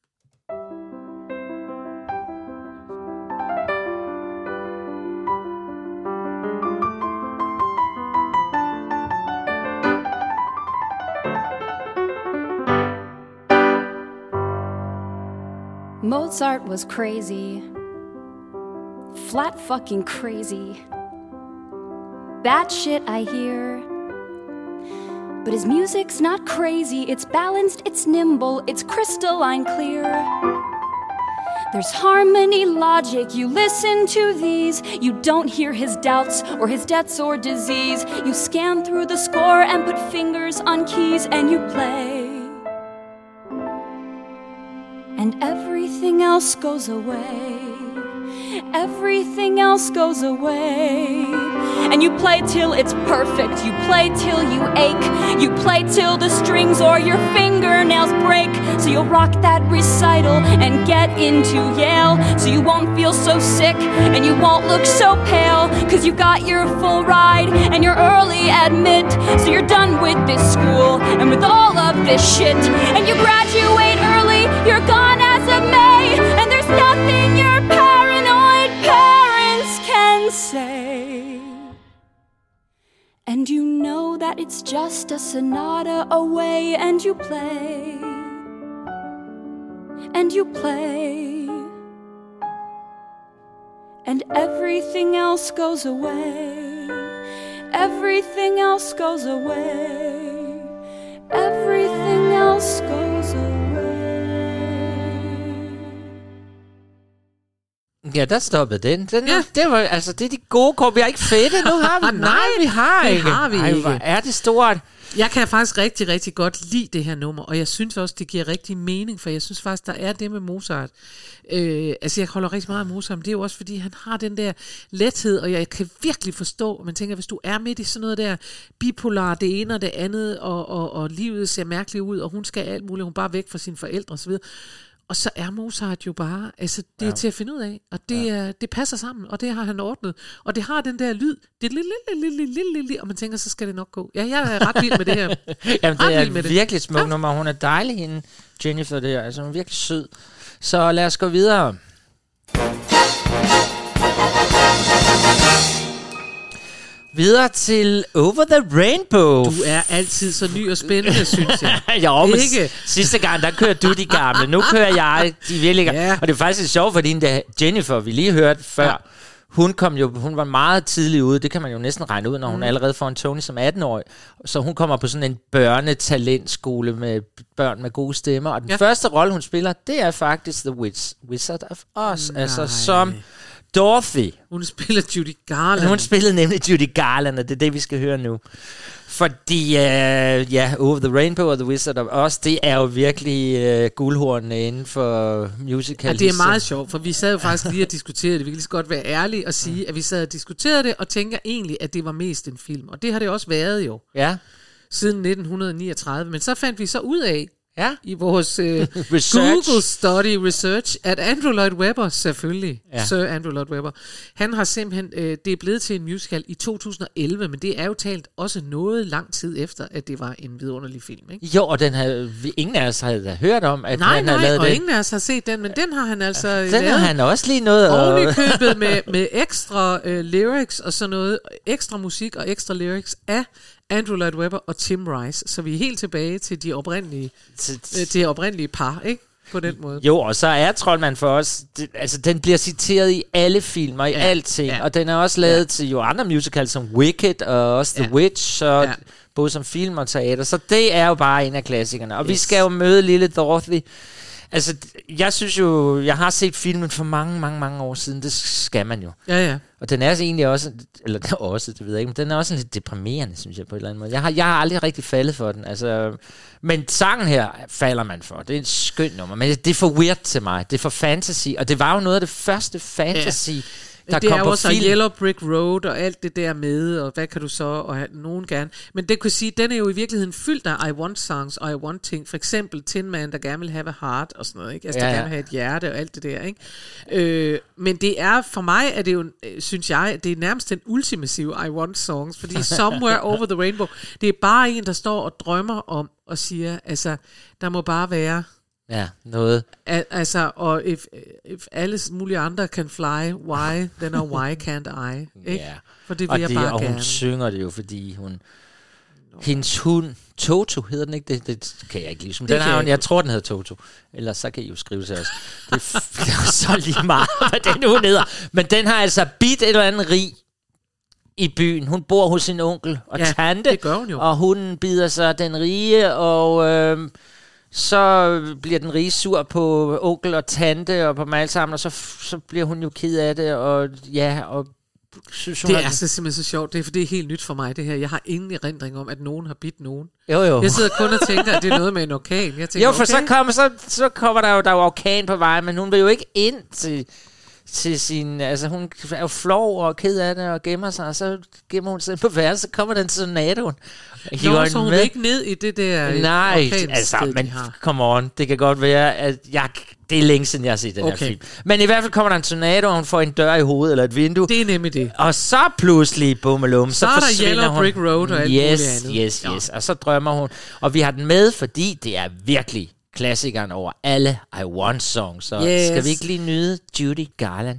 Speaker 4: Mozart was crazy. Flat fucking crazy. Bad shit, I hear. But his music's not crazy. It's balanced, it's nimble, it's crystalline clear. There's harmony, logic, you listen to these. You don't hear his doubts or his debts or disease. You scan through the score and put fingers on keys and you play. And everything
Speaker 3: everything else goes away. Everything else goes away. And you play till it's perfect. You play till you ache. You play till the strings or your fingernails break. So you'll rock that recital and get into Yale. So you won't feel so sick and you won't look so pale. Cause you got your full ride and your early admit. So you're done with this school and with all of this shit. And you graduate early, you're gone as of May. And there's nothing your paranoid parents can say. And you know that it's just a sonata away. And you play, and you play, and everything else goes away. Everything else goes away. Everything else goes away.
Speaker 2: Ja, der stoppede den. den
Speaker 1: Ja.
Speaker 2: Det var altså det er de gode kår. Vi har ikke fedt nu har vi.
Speaker 1: Nej,
Speaker 2: vi har
Speaker 1: det
Speaker 2: ikke.
Speaker 1: har vi
Speaker 2: Ej,
Speaker 1: ikke.
Speaker 2: hvor er det stort.
Speaker 1: Jeg kan faktisk rigtig, rigtig godt lide det her nummer, og jeg synes også, det giver rigtig mening, for jeg synes faktisk, der er det med Mozart. Øh, altså, jeg holder rigtig meget af Mozart, men det er jo også, fordi han har den der lethed, og jeg kan virkelig forstå, man tænker, hvis du er midt i sådan noget der bipolar, det ene og det andet, og, og, og livet ser mærkeligt ud, og hun skal alt muligt, hun er bare væk fra sine forældre osv., og så er Mozart jo bare, altså det er ja. til at finde ud af, og det, ja. det passer sammen, og det har han ordnet, og det har den der lyd, det er lille, lille, lille, lille, lille, og man tænker, så skal det nok gå. Ja, jeg er ret vild med det her.
Speaker 2: Jamen, det
Speaker 1: ret
Speaker 2: er virkelig smuk ja. nummer, hun er dejlig, hende Jennifer der, altså hun er virkelig sød. Så lad os gå videre. Videre til Over the Rainbow.
Speaker 1: Du er altid så ny og spændende, synes jeg.
Speaker 2: Jo, men
Speaker 1: Ikke?
Speaker 2: sidste gang, der kørte du de gamle. Nu kører jeg de virkelig gamle.
Speaker 1: Ja.
Speaker 2: Og det er faktisk sjovt, fordi der Jennifer, vi lige hørte før, ja. hun kom jo, hun var meget tidlig ude. Det kan man jo næsten regne ud, når hun mm. allerede får en Tony som atten-årig. Så hun kommer på sådan en børnetalentskole med børn med gode stemmer. Og den ja. første rolle, hun spiller, det er faktisk The Wiz- Wizard of Oz. Nej. Altså som Dorothy.
Speaker 1: Hun spiller Judy Garland.
Speaker 2: Hun spillede nemlig Judy Garland, og det er det, vi skal høre nu. Fordi, uh, ja, Over the Rainbow og The Wizard of Oz, det er jo virkelig uh, guldhornene inden for musical.
Speaker 1: Ja, det er meget sjovt, for vi sad jo faktisk lige og diskuterede det. Vi kan lige så godt være ærlige og sige, at vi sad og diskuterede det, og tænker egentlig, at det var mest en film. Og det har det også været jo.
Speaker 2: Ja.
Speaker 1: Siden nitten niogtredive. Men så fandt vi så ud af,
Speaker 2: ja.
Speaker 1: i vores øh, Google Study Research, at Andrew Lloyd Webber, selvfølgelig, ja. Sir Andrew Lloyd Webber, han har simpelthen, øh, det er blevet til en musical i to tusind og elleve, men det er jo talt også noget lang tid efter, at det var en vidunderlig film, ikke?
Speaker 2: Jo, og den havde, ingen af os havde da hørt om, at
Speaker 1: nej,
Speaker 2: han
Speaker 1: nej,
Speaker 2: havde lavet
Speaker 1: og
Speaker 2: den.
Speaker 1: ingen af os har set den, men den har han altså
Speaker 2: ja, den
Speaker 1: lavet.
Speaker 2: har han også lige noget.
Speaker 1: Oven i købet med, med ekstra øh, lyrics og sådan noget, ekstra musik og ekstra lyrics af Andrew Lloyd Webber og Tim Rice, så vi er helt tilbage til de oprindelige, øh, de oprindelige par, ikke? På den måde.
Speaker 2: Jo, og så er Troldmand for os, det, altså den bliver citeret i alle filmer, i ja, alting, ja. Og den er også lavet ja. til jo andre musicals som Wicked og også The ja. Witch, så ja. både som film og teater, så det er jo bare en af klassikerne. Og yes. vi skal jo møde lille Dorothy. Altså, jeg synes jo, jeg har set filmen for mange, mange, mange år siden. Det skal man jo.
Speaker 1: Ja, ja.
Speaker 2: Og den er altså egentlig også, eller også, det ved jeg ikke, men den er også lidt deprimerende, synes jeg, på en eller anden måde. Jeg har, jeg har aldrig rigtig faldet for den. Altså, men sangen her falder man for. Det er et skønt nummer, men det er for weird til mig. Det er for fantasy, og det var jo noget af det første fantasy, ja. Der
Speaker 1: det
Speaker 2: kom
Speaker 1: er
Speaker 2: på
Speaker 1: også
Speaker 2: film.
Speaker 1: Yellow Brick Road og alt det der med, og hvad kan du så, og have, nogen gerne. Men det kan sige, den er jo i virkeligheden fyldt af I want songs og I want ting. For eksempel Tin Man, der gerne vil have a heart og sådan noget, ikke? Altså, ja, der ja. gerne vil have et hjerte og alt det der, ikke? Øh, men det er, for mig er det jo, synes jeg, det er nærmest den ultimative I want songs, fordi Somewhere Over the Rainbow, det er bare en, der står og drømmer om og siger, altså, der må bare være
Speaker 2: ja, noget.
Speaker 1: Al- altså, og if, if alle mulige andre kan fly, why, then or why can't I? Ikke?
Speaker 2: Ja.
Speaker 1: For det vil
Speaker 2: og
Speaker 1: jeg
Speaker 2: det,
Speaker 1: bare
Speaker 2: og
Speaker 1: gerne.
Speaker 2: hun synger det jo, fordi hun... No. Hendes hund, Toto hedder den ikke? Det, det kan jeg ikke lide. Den har hun, jeg tror, den hedder Toto. Ellers så kan I jo skrive til os. Det er, f- det er så lige meget, hvad den hun hedder. Men den har altså bidt et eller andet rig i byen. Hun bor hos sin onkel og
Speaker 1: ja,
Speaker 2: tante.
Speaker 1: Det gør hun jo.
Speaker 2: Og hun bider sig den rige, og... Øh, så bliver den rige sur på onkel og tante og på dem alle sammen, og så, så bliver hun jo ked af det, og ja, og synes hun...
Speaker 1: Det
Speaker 2: at-
Speaker 1: er så simpelthen så sjovt. Det er, for det er helt nyt for mig, det her. Jeg har ingen erindring om, at nogen har bidt nogen.
Speaker 2: Jo, jo.
Speaker 1: Jeg sidder kun og tænker, at det er noget med en orkan. Jeg tænker,
Speaker 2: Jo, for
Speaker 1: okay.
Speaker 2: så kommer, så, så kommer der jo der er jo orkan på vej, men hun vil jo ikke ind til, til sin... Altså, hun er jo flov og ked af det og gemmer sig, og så gemmer hun sig på værelset, så kommer den tornadoen.
Speaker 1: Nå, så hun vil ikke ned i det der
Speaker 2: Nej,
Speaker 1: orkansted,
Speaker 2: altså,
Speaker 1: de
Speaker 2: men
Speaker 1: har.
Speaker 2: come on, det kan godt være, at jeg... Det er længe siden, jeg har set den
Speaker 1: Okay.
Speaker 2: her film. Men i hvert fald kommer der en tornado, og hun får en dør i hovedet eller et vindue.
Speaker 1: Det er nemlig det.
Speaker 2: Og så pludselig, bummelum, så,
Speaker 1: Så er der
Speaker 2: forsvinder
Speaker 1: Yellow
Speaker 2: hun.
Speaker 1: Brick Road og alt
Speaker 2: yes,
Speaker 1: muligt andet.
Speaker 2: Yes,
Speaker 1: Ja.
Speaker 2: yes, og så drømmer hun. Og vi har den med, fordi det er virkelig klassikeren over alle I Want songs. Så
Speaker 1: Yes.
Speaker 2: skal vi ikke lige nyde Judy Garland?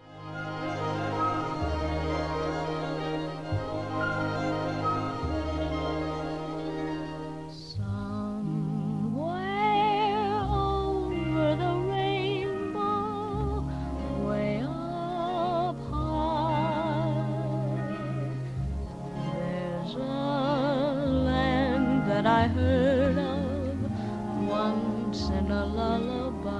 Speaker 3: Somewhere over the rainbow, way up high, there's a land that I heard of once in a lullaby.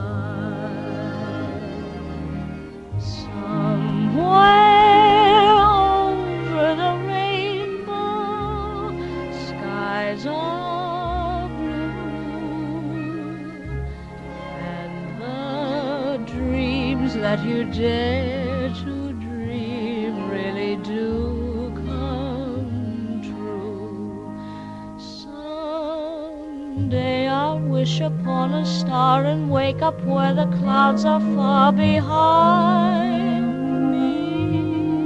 Speaker 3: Somewhere over the rainbow, skies are blue, and the dreams that you dare to dream really do come true. Someday I'll wish upon a star and wake up where the clouds are far behind me,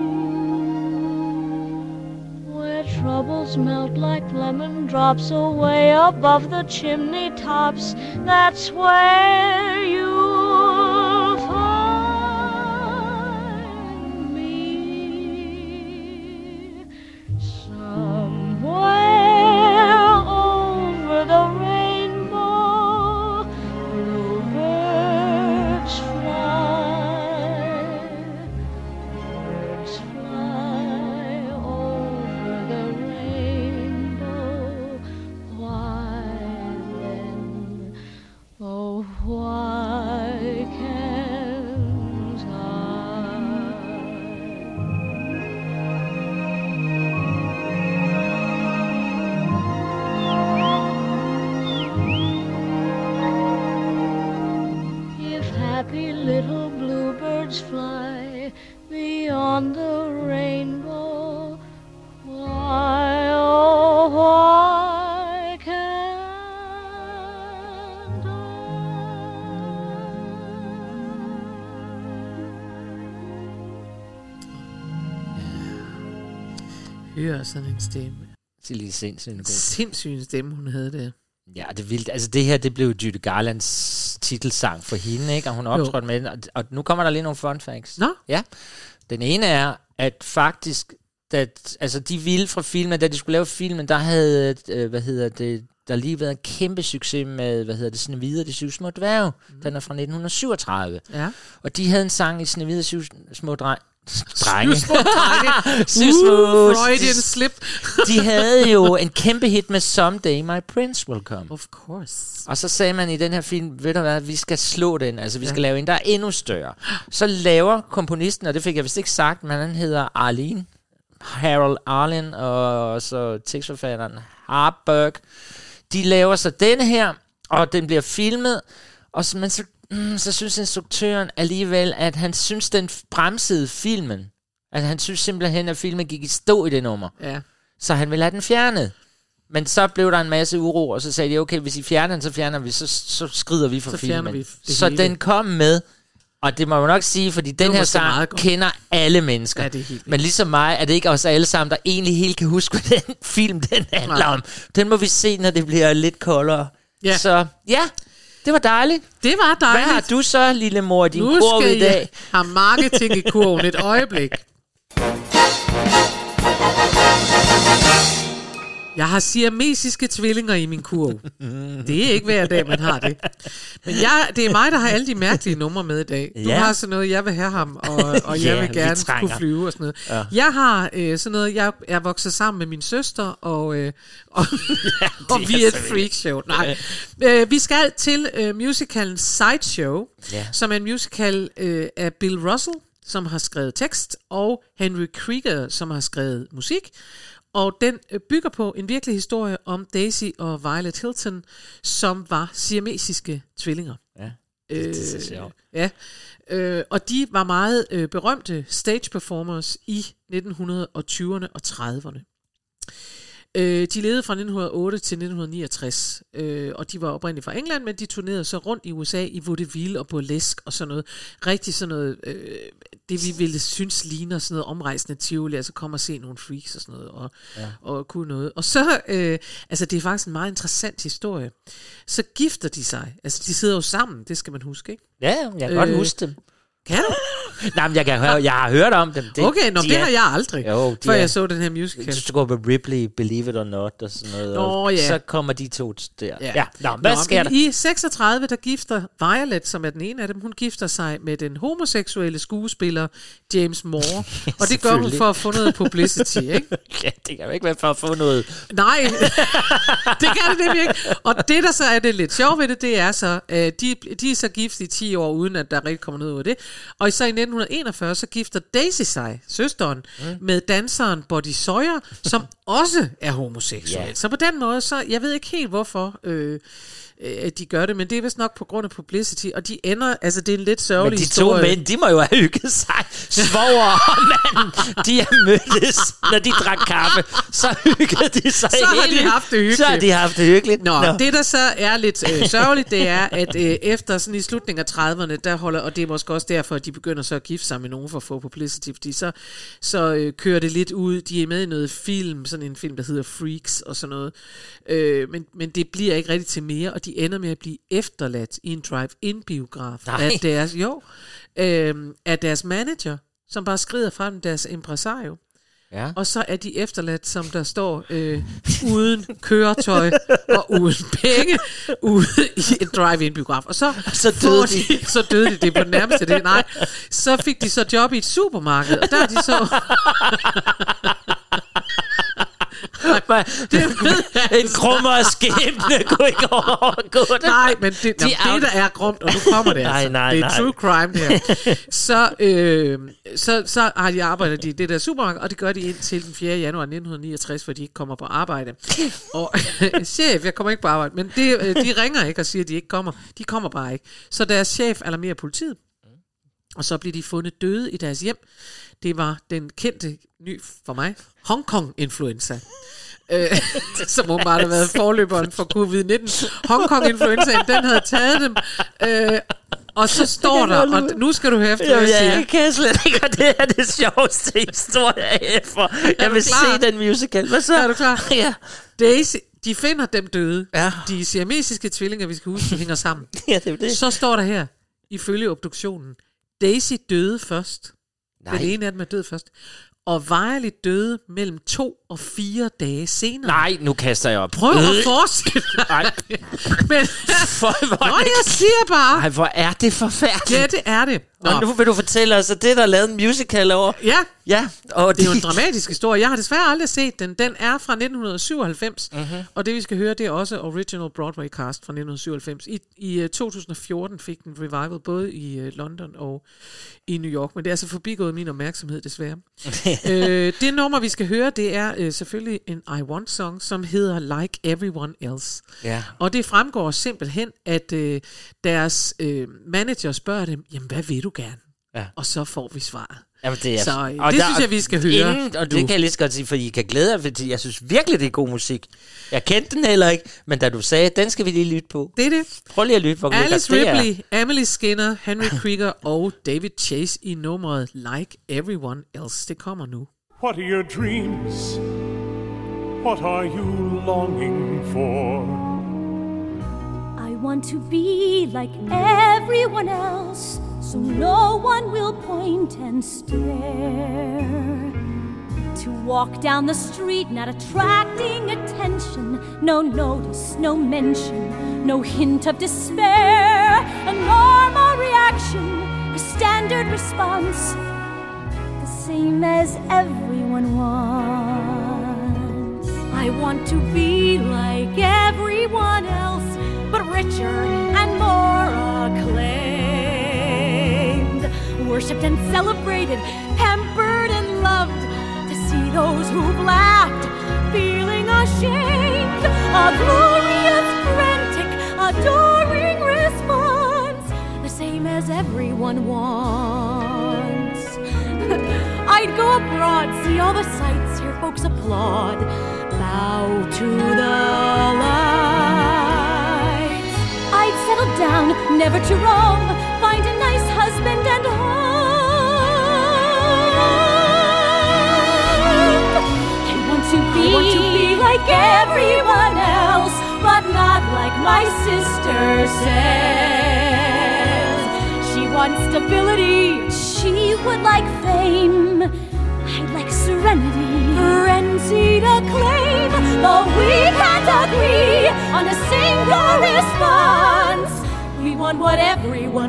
Speaker 3: where troubles melt like lemon drops away above the chimney tops. That's where you'll find me. Somewhere over the rainbow, bluebirds fly, birds fly over the rainbow. Why then, oh why can't I? If happy little bluebirds fly beyond the rainbow, why, oh, why can't
Speaker 1: Hør sådan en stemme.
Speaker 2: Det er lige sindssygt god.
Speaker 1: Sindssyg en stemme, hun havde der.
Speaker 2: Ja, det er vildt. Altså det her, det blev Judy Garlands titelsang for hende, ikke? Og hun optrådte med den. Og, og nu kommer der lige nogle fun facts.
Speaker 1: Nå?
Speaker 2: Ja. Den ene er, at faktisk, da, altså de ville fra filmen, da de skulle lave filmen, der havde, øh, hvad hedder det, der lige været en kæmpe succes med, hvad hedder det, Snehvide og de syv små dværge. Mm. Den er fra nitten syvogtredive.
Speaker 1: Ja.
Speaker 2: Og de havde en sang i Snehvide og de syv små drenge. Drenge.
Speaker 1: Syv små drenge.
Speaker 2: Syv små-
Speaker 1: Uh, Freudian slip.
Speaker 2: De havde jo en kæmpe hit med Someday My Prince Will Come.
Speaker 1: Of course.
Speaker 2: Og så sagde man i den her film, ved du hvad, vi skal slå den, altså vi skal ja. lave en, der er endnu større. Så laver komponisten, og det fik jeg vist ikke sagt, men han hedder Arlene, Harold Arlen, og så tekstforfatteren Harburg. De laver så denne her, og den bliver filmet, og så, men så, mm, så synes instruktøren alligevel, at han synes, den bremsede filmen. At han synes simpelthen, at filmen gik i stå i det nummer.
Speaker 1: Ja.
Speaker 2: Så han ville have den fjernet. Men så blev der en masse uro, og så sagde de, okay, hvis I fjerner den, så fjerner vi, så, så skrider vi fra
Speaker 1: Så fjerner
Speaker 2: filmen.
Speaker 1: vi det
Speaker 2: Så
Speaker 1: hele.
Speaker 2: den kom med, og det må man nok sige, fordi den
Speaker 1: var
Speaker 2: her
Speaker 1: måske
Speaker 2: sang
Speaker 1: meget godt.
Speaker 2: kender alle mennesker.
Speaker 1: Ja, det er helt
Speaker 2: Men ligesom mig, er det ikke os alle sammen, der egentlig helt kan huske, hvad den film den handler
Speaker 1: Nej.
Speaker 2: om. Den må vi se, når det bliver lidt koldere.
Speaker 1: Ja.
Speaker 2: Så ja, det var dejligt.
Speaker 1: Det var dejligt.
Speaker 2: Hvad har du så, lille mor, i din
Speaker 1: Nu
Speaker 2: kurv
Speaker 1: skal
Speaker 2: i dag?
Speaker 1: jeg have marketing i kurven et øjeblik. Jeg har siamesiske tvillinger i min kurv. Det er ikke hver dag, man har det. Men jeg, det er mig, der har alle de mærkelige numre med i dag. Du
Speaker 2: Ja.
Speaker 1: har sådan noget, jeg vil have ham, og, og jeg
Speaker 2: Ja,
Speaker 1: vil
Speaker 2: vi
Speaker 1: gerne
Speaker 2: trænger.
Speaker 1: kunne flyve og sådan noget.
Speaker 2: Ja.
Speaker 1: Jeg har øh, sådan noget, jeg er vokset sammen med min søster, og, øh, og, ja, og
Speaker 2: er
Speaker 1: vi er et
Speaker 2: så vildt.
Speaker 1: freakshow. Nej. Øh, vi skal til øh, musicalen Sideshow,
Speaker 2: Ja.
Speaker 1: som er en musical øh, af Bill Russell, som har skrevet tekst, og Henry Krieger, som har skrevet musik. Og den bygger på en virkelig historie om Daisy og Violet Hilton, som var siamesiske tvillinger.
Speaker 2: Ja, det, det er sjovt.
Speaker 1: Øh, ja, øh, og de var meget øh, berømte stage performers i nitten tyverne og trediverne. Øh, de levede fra nitten hundrede og otte til nitten niogtres, øh, og de var oprindeligt fra England, men de turnerede så rundt i U S A i vaudeville og burlesk og sådan noget. Rigtig sådan noget, øh, det vi ville synes ligner sådan noget omrejsende tivoli, altså komme og se nogle freaks og sådan noget, og, ja. og kunne noget. Og så, øh, altså det er faktisk en meget interessant historie. Så gifter de sig, altså de sidder jo sammen, det skal man huske, ikke?
Speaker 2: Ja, jeg kan øh, godt huske dem.
Speaker 1: Kan du?
Speaker 2: Nej, men jeg, kan høre, jeg har hørt om dem. Det,
Speaker 1: okay, nå,
Speaker 2: de
Speaker 1: det
Speaker 2: er,
Speaker 1: har jeg aldrig,
Speaker 2: jo,
Speaker 1: før
Speaker 2: er,
Speaker 1: jeg så den her musical.
Speaker 2: Du går på Ripley, Believe It or Not og sådan noget,
Speaker 1: nå,
Speaker 2: og
Speaker 1: ja.
Speaker 2: så kommer de to der.
Speaker 1: Ja.
Speaker 2: Ja. Nå, hvad
Speaker 1: nå,
Speaker 2: sker der?
Speaker 1: I seksogtredive, der gifter Violet, som er den ene af dem, hun gifter sig med den homoseksuelle skuespiller James Moore, og det gør hun for at få noget publicity, ikke?
Speaker 2: Ja, det kan jo ikke være for at få noget.
Speaker 1: Nej, det kan det nemlig ikke. Og det, der så er det lidt sjovt ved det, det er så, at de, de er så gift i ti år, uden at der rigtig kommer noget ud af det. Og så i nitten enogfyrre, så gifter Daisy sig, søsteren, mm. med danseren Buddy Sawyer, som også er homoseksuel. Yeah. Så på den måde, så jeg ved ikke helt hvorfor øh, at de gør det, men det er vist nok på grund af publicity, og de ender, altså det er en lidt sørgelig historie.
Speaker 2: Men de to mænd, de må jo have hygget sig. Svoger og manden, de er mødtes, når de drak kaffe, så hyggede de sig.
Speaker 1: Så har de haft det hyggeligt.
Speaker 2: Så har de haft det hyggeligt.
Speaker 1: Nå, Nå. Det der så er lidt øh, sørgeligt, det er, at øh, efter sådan i slutningen af trediverne, der holder, og det er måske også derfor, at de begynder så at gifte sig med nogen for at få publicity, fordi så, så øh, kører det lidt ud, de er med i noget film, sådan en film, der hedder Freaks og sådan noget, øh, men, men det bliver ikke rigtig til mere, og de ender med at blive efterladt i en drive-in-biograf af deres, jo, øh, af deres manager, som bare skrider frem deres impresario. Ja. Og så er de efterladt, som der står, øh, uden køretøj og uden penge, ude i en drive-in-biograf. Og så,
Speaker 2: så døde de.
Speaker 1: de. Så døde de, det er på den nærmeste det. Nej, så fik de så job i et supermarked, og der er de så...
Speaker 2: det en krummer skæbne kunne ikke overgå det.
Speaker 1: Nej, men det, de jamen, det der er grumt, og nu kommer det altså. Nej, nej, det er nej. True crime her. Så, øh, så, så har de arbejdet i det der supermarked, og det gør de indtil den fjerde januar nitten niogtres, hvor de ikke kommer på arbejde. Og chef, jeg kommer ikke på arbejde, men det, de ringer ikke og siger, at de ikke kommer. De kommer bare ikke. Så deres chef alarmerer politiet, og så bliver de fundet døde i deres hjem. Det var den kendte, ny for mig, Hong Kong-influenza. øh, som må bare have været forløberen for covid nitten. Hong Kong-influenzaen, den havde taget dem. Øh, og så står der, og nu skal du høre efter, hvad jeg siger.
Speaker 2: Jeg kan slet ikke, og det er det sjoveste historie efter. Jeg vil klar? se den musical. Hvad så?
Speaker 1: Er du klar?
Speaker 2: Ja.
Speaker 1: Daisy, de finder dem døde.
Speaker 2: Ja.
Speaker 1: De siamesiske tvillinger, vi skal huske, de hænger sammen.
Speaker 2: Ja, det er det.
Speaker 1: Så står der her, ifølge obduktionen, Daisy døde først. Nej. Den ene af dem er død først. Og Violet døde mellem to og fire dage senere.
Speaker 2: Nej, nu kaster jeg op.
Speaker 1: Prøv at forestille dig. Men, for, hvor Nå, jeg siger bare.
Speaker 2: Nej, hvor er det forfærdeligt.
Speaker 1: Ja, det er det.
Speaker 2: Nå. Og nu vil du fortælle os, at det, der er lavet en musical over.
Speaker 1: Ja.
Speaker 2: Ja. Og
Speaker 1: det er jo en dramatisk historie. Jeg har desværre aldrig set den. Den er fra nitten syvoghalvfems. Mm-hmm. Og det, vi skal høre, det er også original Broadway cast fra nitten syvoghalvfems. I, i to tusind og fjorten fik den revival, både i uh, London og i New York. Men det er altså forbigået min opmærksomhed, desværre. øh, det nummer, vi skal høre, det er øh, selvfølgelig en I Want Song, som hedder Like Everyone Else.
Speaker 2: Ja.
Speaker 1: Og det fremgår simpelthen, at øh, deres øh, manager spørger dem, jamen hvad vil du gerne? Ja. Og så får vi svaret.
Speaker 2: Jamen, det er,
Speaker 1: så øh, det der, synes jeg, vi skal høre.
Speaker 2: Inden, og det nu. kan jeg lige så godt sige, for I kan glæde jer, fordi jeg synes virkelig, det er god musik. Jeg kendte den heller ikke, men da du sagde, den skal vi lige lytte på.
Speaker 1: Det er det.
Speaker 2: Prøv lige at lytte, hvor
Speaker 1: Alice Ripley, Emily Skinner, Henry Krieger og David Chase i nummeret Like Everyone Else. Det kommer nu.
Speaker 5: What are your dreams? What are you longing for?
Speaker 3: I want to be like everyone else, so no one will point and stare. To walk down the street not attracting attention, no notice, no mention, no hint of despair. A normal reaction, a standard response, the same as everyone wants. I want to be like everyone else, but richer and more acclaimed. worshipped and celebrated, pampered and loved, to see those who've laughed, feeling ashamed, a glorious, frantic, adoring response, the same as everyone wants. I'd go abroad, see all the sights, hear folks applaud, bow to the lights. I'd settle down, never to roam, find a nice husband and home. I want to be, want to be like everyone else, but not like my sister says. She wants stability, she would like fame, I'd like serenity, frenzied acclaim, though we can't agree on a single response. We want what everyone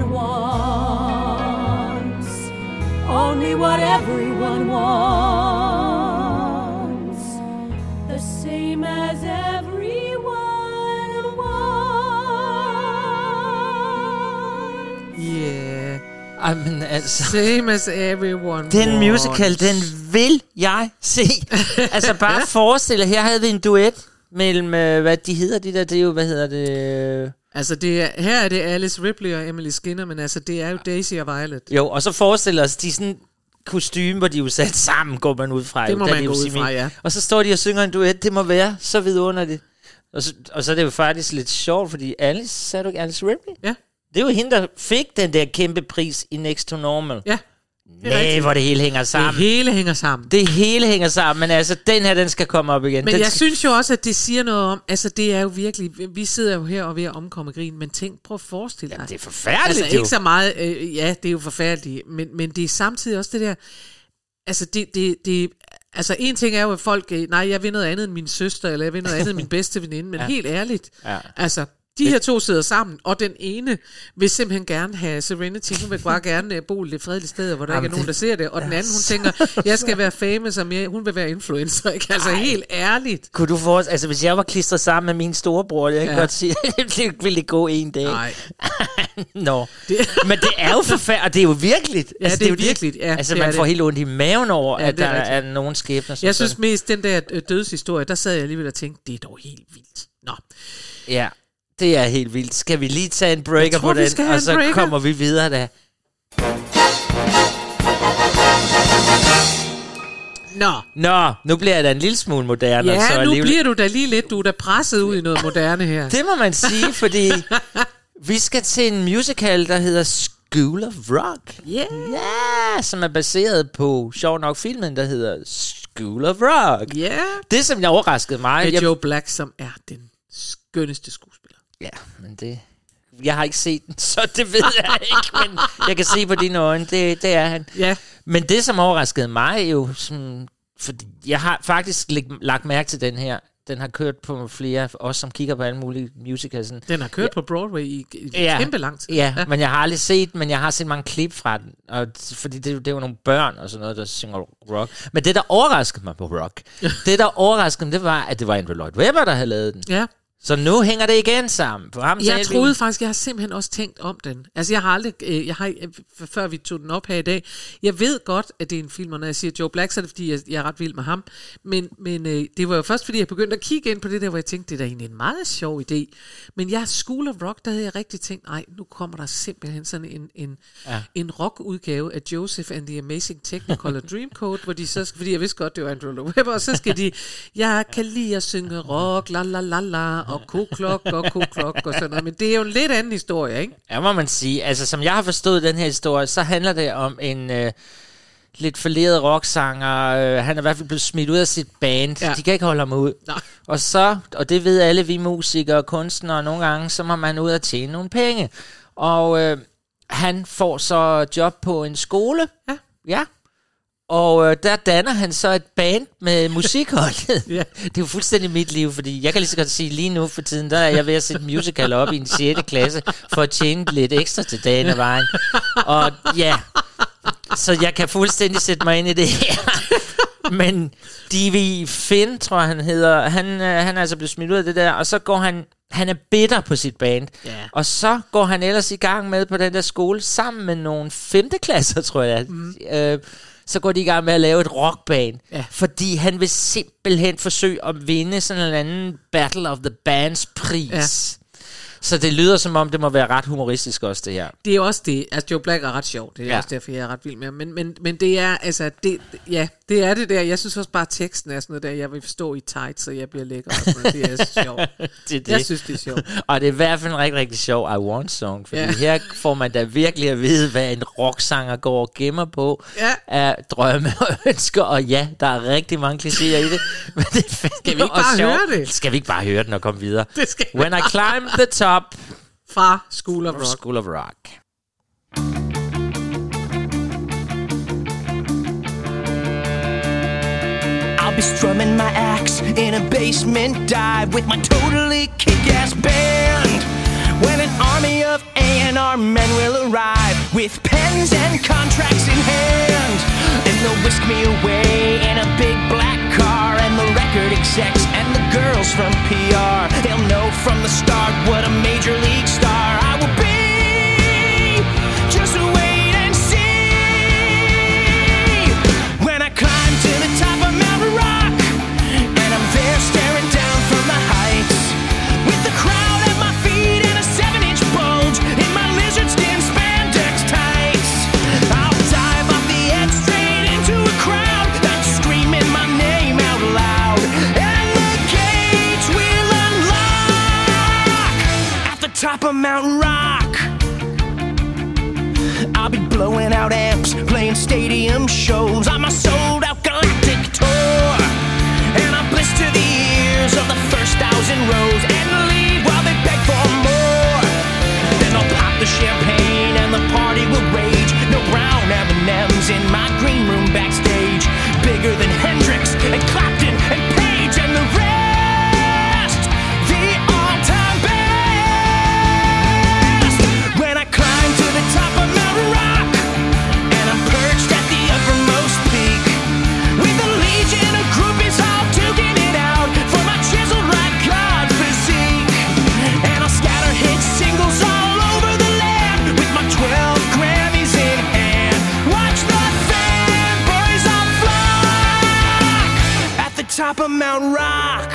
Speaker 3: wants, only what everyone wants, the same as everyone wants.
Speaker 1: Yeah.
Speaker 2: Jamen, altså,
Speaker 1: Same as everyone
Speaker 2: den
Speaker 1: wants.
Speaker 2: musical, den vil jeg se. Altså, bare forestil her havde vi en duet mellem, øh, hvad de hedder, de der, det er jo, hvad hedder det...
Speaker 1: Altså, det er, her er det Alice Ripley og Emily Skinner, men altså, det er jo Daisy og Violet.
Speaker 2: Jo, og så forestiller os, de sådan kostume, hvor de er jo sat sammen, går man ud fra.
Speaker 1: Det må
Speaker 2: jo,
Speaker 1: man
Speaker 2: de
Speaker 1: gå
Speaker 2: jo
Speaker 1: ud fra, ja.
Speaker 2: Og så står de og synger en duet, det må være så vidunderligt. Og så, og så er det jo faktisk lidt sjovt, fordi Alice, sagde du ikke Alice Ripley?
Speaker 1: Ja.
Speaker 2: Det er jo hende, der fik den der kæmpe pris i Next to Normal.
Speaker 1: Ja.
Speaker 2: Nej, hvor det hele hænger sammen.
Speaker 1: Det hele hænger sammen.
Speaker 2: Det hele hænger sammen, men altså, den her, den skal komme op igen.
Speaker 1: Men
Speaker 2: den
Speaker 1: jeg
Speaker 2: skal...
Speaker 1: synes jo også, at det siger noget om, altså det er jo virkelig, vi sidder jo her og ved at omkomme grin, men tænk, prøv at forestille dig.
Speaker 2: Jamen, det er forfærdeligt,
Speaker 1: altså
Speaker 2: jo.
Speaker 1: ikke så meget, øh, ja, det er jo forfærdeligt, men, men det er samtidig også det der, altså det, det, det altså en ting er jo, at folk, nej, jeg vil noget andet end min søster, eller jeg vil noget andet end min bedste veninde, men ja. Helt ærligt,
Speaker 2: ja.
Speaker 1: altså de her to sidder sammen, og den ene vil simpelthen gerne have Serenity. Hun vil bare gerne bo i et fredeligt sted, hvor der Jamen ikke er nogen, der ser det. Og den anden, hun tænker, jeg skal være famous, og mere, hun vil være influencer. Ikke? Altså Ej. Helt ærligt.
Speaker 2: Kunne du forestille, altså hvis jeg var klistret sammen med min storebror, jeg kan ja. godt sige, det ville gå en dag.
Speaker 1: Nej.
Speaker 2: Nå. Det. Men det er jo forfærdeligt, og det er jo virkeligt.
Speaker 1: Ja,
Speaker 2: altså,
Speaker 1: det er
Speaker 2: jo
Speaker 1: virkeligt. Ja,
Speaker 2: altså man får
Speaker 1: det.
Speaker 2: helt ondt i maven over,
Speaker 1: ja,
Speaker 2: at der
Speaker 1: er,
Speaker 2: er nogen skæbner.
Speaker 1: Jeg synes mest, den der dødshistorie, der sad jeg alligevel og tænkte, det er dog helt vildt. Nå.
Speaker 2: Ja. Det er helt vildt. Skal vi lige tage en breaker
Speaker 1: tror,
Speaker 2: på den, og så
Speaker 1: breaker.
Speaker 2: kommer vi videre da.
Speaker 1: Nå.
Speaker 2: Nå, nu bliver jeg da en lille smule moderne.
Speaker 1: Ja,
Speaker 2: så
Speaker 1: nu
Speaker 2: alligevel...
Speaker 1: bliver du da lige lidt, du er da presset ud i noget moderne her.
Speaker 2: Det må man sige, fordi vi skal til en musical, der hedder School of Rock.
Speaker 1: Yeah.
Speaker 2: Ja, som er baseret på, sjov nok, filmen, der hedder School of Rock.
Speaker 1: Ja. Yeah.
Speaker 2: Det, som jeg overraskede mig...
Speaker 1: Med
Speaker 2: jeg...
Speaker 1: Joe Black, som er den skønneste skuespiller.
Speaker 2: Ja, men det... Jeg har ikke set den, så det ved jeg ikke, men jeg kan se på dine øjne, det, det er han.
Speaker 1: Ja.
Speaker 2: Men det, som overraskede mig jo, som, fordi jeg har faktisk lagt mærke til den her, den har kørt på flere, også som kigger på alle mulige musicals.
Speaker 1: Den har kørt ja. på Broadway i, i
Speaker 2: ja.
Speaker 1: kæmpe lang tid.
Speaker 2: Ja, ja, men jeg har aldrig set, men jeg har set mange klip fra den, og fordi det, det er jo nogle børn og sådan noget, der synger rock. Men det, der overraskede mig på rock, det, der overraskede mig, det var, at det var Andrew Lloyd Webber, der havde lavet den.
Speaker 1: Ja.
Speaker 2: Så nu hænger det igen sammen. På ham
Speaker 1: jeg troede vi... faktisk, jeg har simpelthen også tænkt om den. Altså jeg har aldrig, øh, jeg har, før vi tog den op her i dag, jeg ved godt, at det er en film, og når jeg siger Joe Black, så er det fordi, jeg, jeg er ret vild med ham. Men, men øh, det var jo først, fordi jeg begyndte at kigge ind på det der, hvor jeg tænkte, det er da egentlig en meget sjov idé. Men jeg School of Rock, der havde jeg rigtig tænkt, nej, nu kommer der simpelthen sådan en, en, ja. en rock-udgave af Joseph and the Amazing Technicolor Dreamcoat, hvor de så, fordi jeg vidste godt, det var Andrew Lloyd Webber, og så skal de, jeg kan lide at synge rock, la la la la, og koklok og koklok og sådan noget. Men det er jo en lidt anden historie, ikke?
Speaker 2: Ja, må man sige. Altså, som jeg har forstået den her historie, så handler det om en øh, lidt forleret rocksanger. Øh, han er i hvert fald blevet smidt ud af sit band. Ja. De kan ikke holde ham ud. Nej. Og så, og det ved alle vi musikere og kunstnere, nogle gange, så må man ud og tjene nogle penge. Og øh, han får så job på en skole.
Speaker 1: Ja.
Speaker 2: Ja. Og øh, der danner han så et band med musikholdet.
Speaker 1: Ja.
Speaker 2: Det er jo fuldstændig mit liv, fordi jeg kan lige så godt sige, lige nu for tiden, der er jeg ved at sætte musical op i en sjette klasse, for at tjene lidt ekstra til dagen af vejen. Og ja, så jeg kan fuldstændig sætte mig ind i det her. Men D V Finn, tror jeg han hedder, han, øh, han er altså blevet smidt ud af det der, og så går han Han er bitter på sit band.
Speaker 1: Ja.
Speaker 2: Og så går han ellers i gang med på den der skole, sammen med nogle femteklasser, tror jeg. Mm. Øh, så går de i gang med at lave et rockband.
Speaker 1: Ja.
Speaker 2: Fordi han vil simpelthen forsøge at vinde sådan en anden Battle of the Bands pris. Ja. Så det lyder som om, det må være ret humoristisk også, det her.
Speaker 1: Det er også det. Altså, Joe Black er ret sjov. Det er ja. også derfor, jeg er ret vild med ham. Men, men, men det er, altså, det, ja, det er det der. Jeg synes også bare, teksten er sådan noget der, jeg vil forstå i tight, så jeg bliver lækker. Det er så sjovt. det er det. Jeg synes, det er sjovt.
Speaker 2: Og det er i hvert fald en rigtig, rigtig sjov I Want Song, fordi ja. her får man da virkelig at vide, hvad en rocksanger går og gemmer på ja. af drømme og ønsker. Og ja, der er rigtig mange klichéer i det. Men det er
Speaker 1: skal vi ikke bare
Speaker 2: sjov.
Speaker 1: høre det?
Speaker 2: Skal vi ikke bare høre den og komme videre?
Speaker 1: Det skal
Speaker 2: When I Climb the Top
Speaker 1: fra School of Rock.
Speaker 2: School of Rock.
Speaker 6: I'll be strumming my axe in a basement dive with my totally kick-ass band. When an army of A and R men will arrive with pens and contracts in hand, and they'll whisk me away in a big black car, and the record execs and the girls from P R, they'll know from the start what a major league star I will be. Just wait and see. When I climb to the top of Mountain Rock, and I'm there staring down from the heights, with the crowd at my feet and a seven-inch bulge in my lizard skin spandex tights, I'll dive off the edge straight into a crowd that's screaming my name out loud, and the gates will unlock at the top of Mountain Rock. I'll be blowing out amps, playing stadium shows on my sold-out galactic tour, and I'll blister the ears of the first thousand rows and leave while they beg for more. Then I'll pop the champagne and the party will rage. No brown M and M's in my green room backstage, bigger than Hendrix and Clapton and Page and the rest, the all-time best. When I climb to the top of Mountain Rock, and I'm perched at the uppermost peak, with a legion of groupies all duking it out for my chiseled right God physique, and I'll scatter hit singles all over the land with my twelve Grammys in hand. Watch the fanboys all flock at the top of Mountain Rock.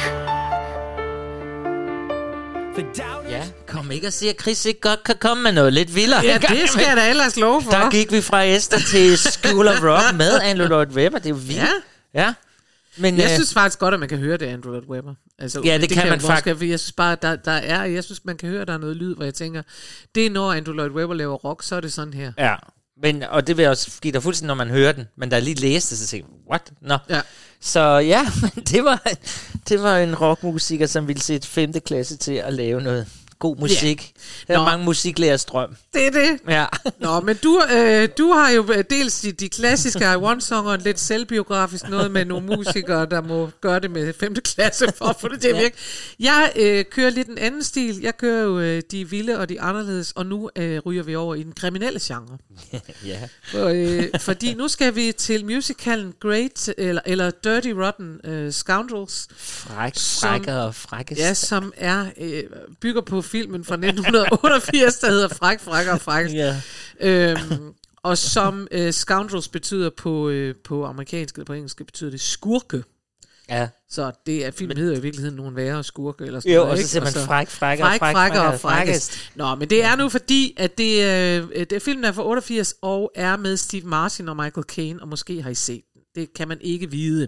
Speaker 6: The doubters.
Speaker 2: Ja, kom ikke og sige, at Chris ikke godt kan komme med noget lidt vildere.
Speaker 1: Ja, det skal jeg da ellers love for.
Speaker 2: Der gik vi fra Esther til School of Rock med Andrew Lloyd Webber. Det er jo vildt.
Speaker 1: Ja.
Speaker 2: Ja. Men,
Speaker 1: Jeg
Speaker 2: øh,
Speaker 1: synes faktisk godt, at man kan høre det, Andrew Lloyd Webber. Altså,
Speaker 2: Ja, det kan man
Speaker 1: faktisk.
Speaker 2: fakt-
Speaker 1: Jeg synes bare, der, der er, jeg synes, man kan høre, der er noget lyd, hvor jeg tænker, det er når Andrew Lloyd Webber laver rock, så er det sådan her.
Speaker 2: Ja, men, og det vil jeg også give dig fuldstændig, når man hører den. Men da jeg lige læste det, så tænkte jeg, what? Nå.
Speaker 1: Ja.
Speaker 2: Så ja, men det var, det var en rockmusiker, som ville sætte femte klasse til at lave noget god musik. Der er
Speaker 1: Nå.
Speaker 2: mange musiklærers drøm.
Speaker 1: Det er det.
Speaker 2: Ja.
Speaker 1: Nå, men du, øh, du har jo dels de, de klassiske I Want-sanger, og lidt selvbiografisk noget med nogle musikere, der må gøre det med femte klasse for at få det til at virke. Jeg øh, kører lidt en anden stil. Jeg kører jo øh, de vilde og de anderledes, og nu øh, ryger vi over i den kriminelle genre.
Speaker 2: Ja.
Speaker 1: For, øh, fordi nu skal vi til musicalen Great, eller, eller Dirty Rotten øh, Scoundrels.
Speaker 2: Fræk,
Speaker 1: Som-
Speaker 2: frækker og frækkest.
Speaker 1: Ja, som er øh, bygger på filmen fra nitten otteogfirs, der hedder Fræk, Frækker og Frækkest.
Speaker 2: Ja.
Speaker 1: Øhm, og som øh, Scoundrels betyder på, øh, på amerikansk eller på engelsk, betyder det skurke.
Speaker 2: Ja.
Speaker 1: Så det er, filmen hedder i virkeligheden nogle værre skurke. Eller sådan
Speaker 2: Jo,
Speaker 1: noget,
Speaker 2: og så
Speaker 1: ikke?
Speaker 2: siger man fræk, frækker,
Speaker 1: fræk,
Speaker 2: fræk,
Speaker 1: frækker og
Speaker 2: frækkest.
Speaker 1: frækkest. Nå, men det er nu fordi, at det, øh, det filmen er fra otteogfirs og er med Steve Martin og Michael Caine, og måske har I set den. Det kan man ikke vide.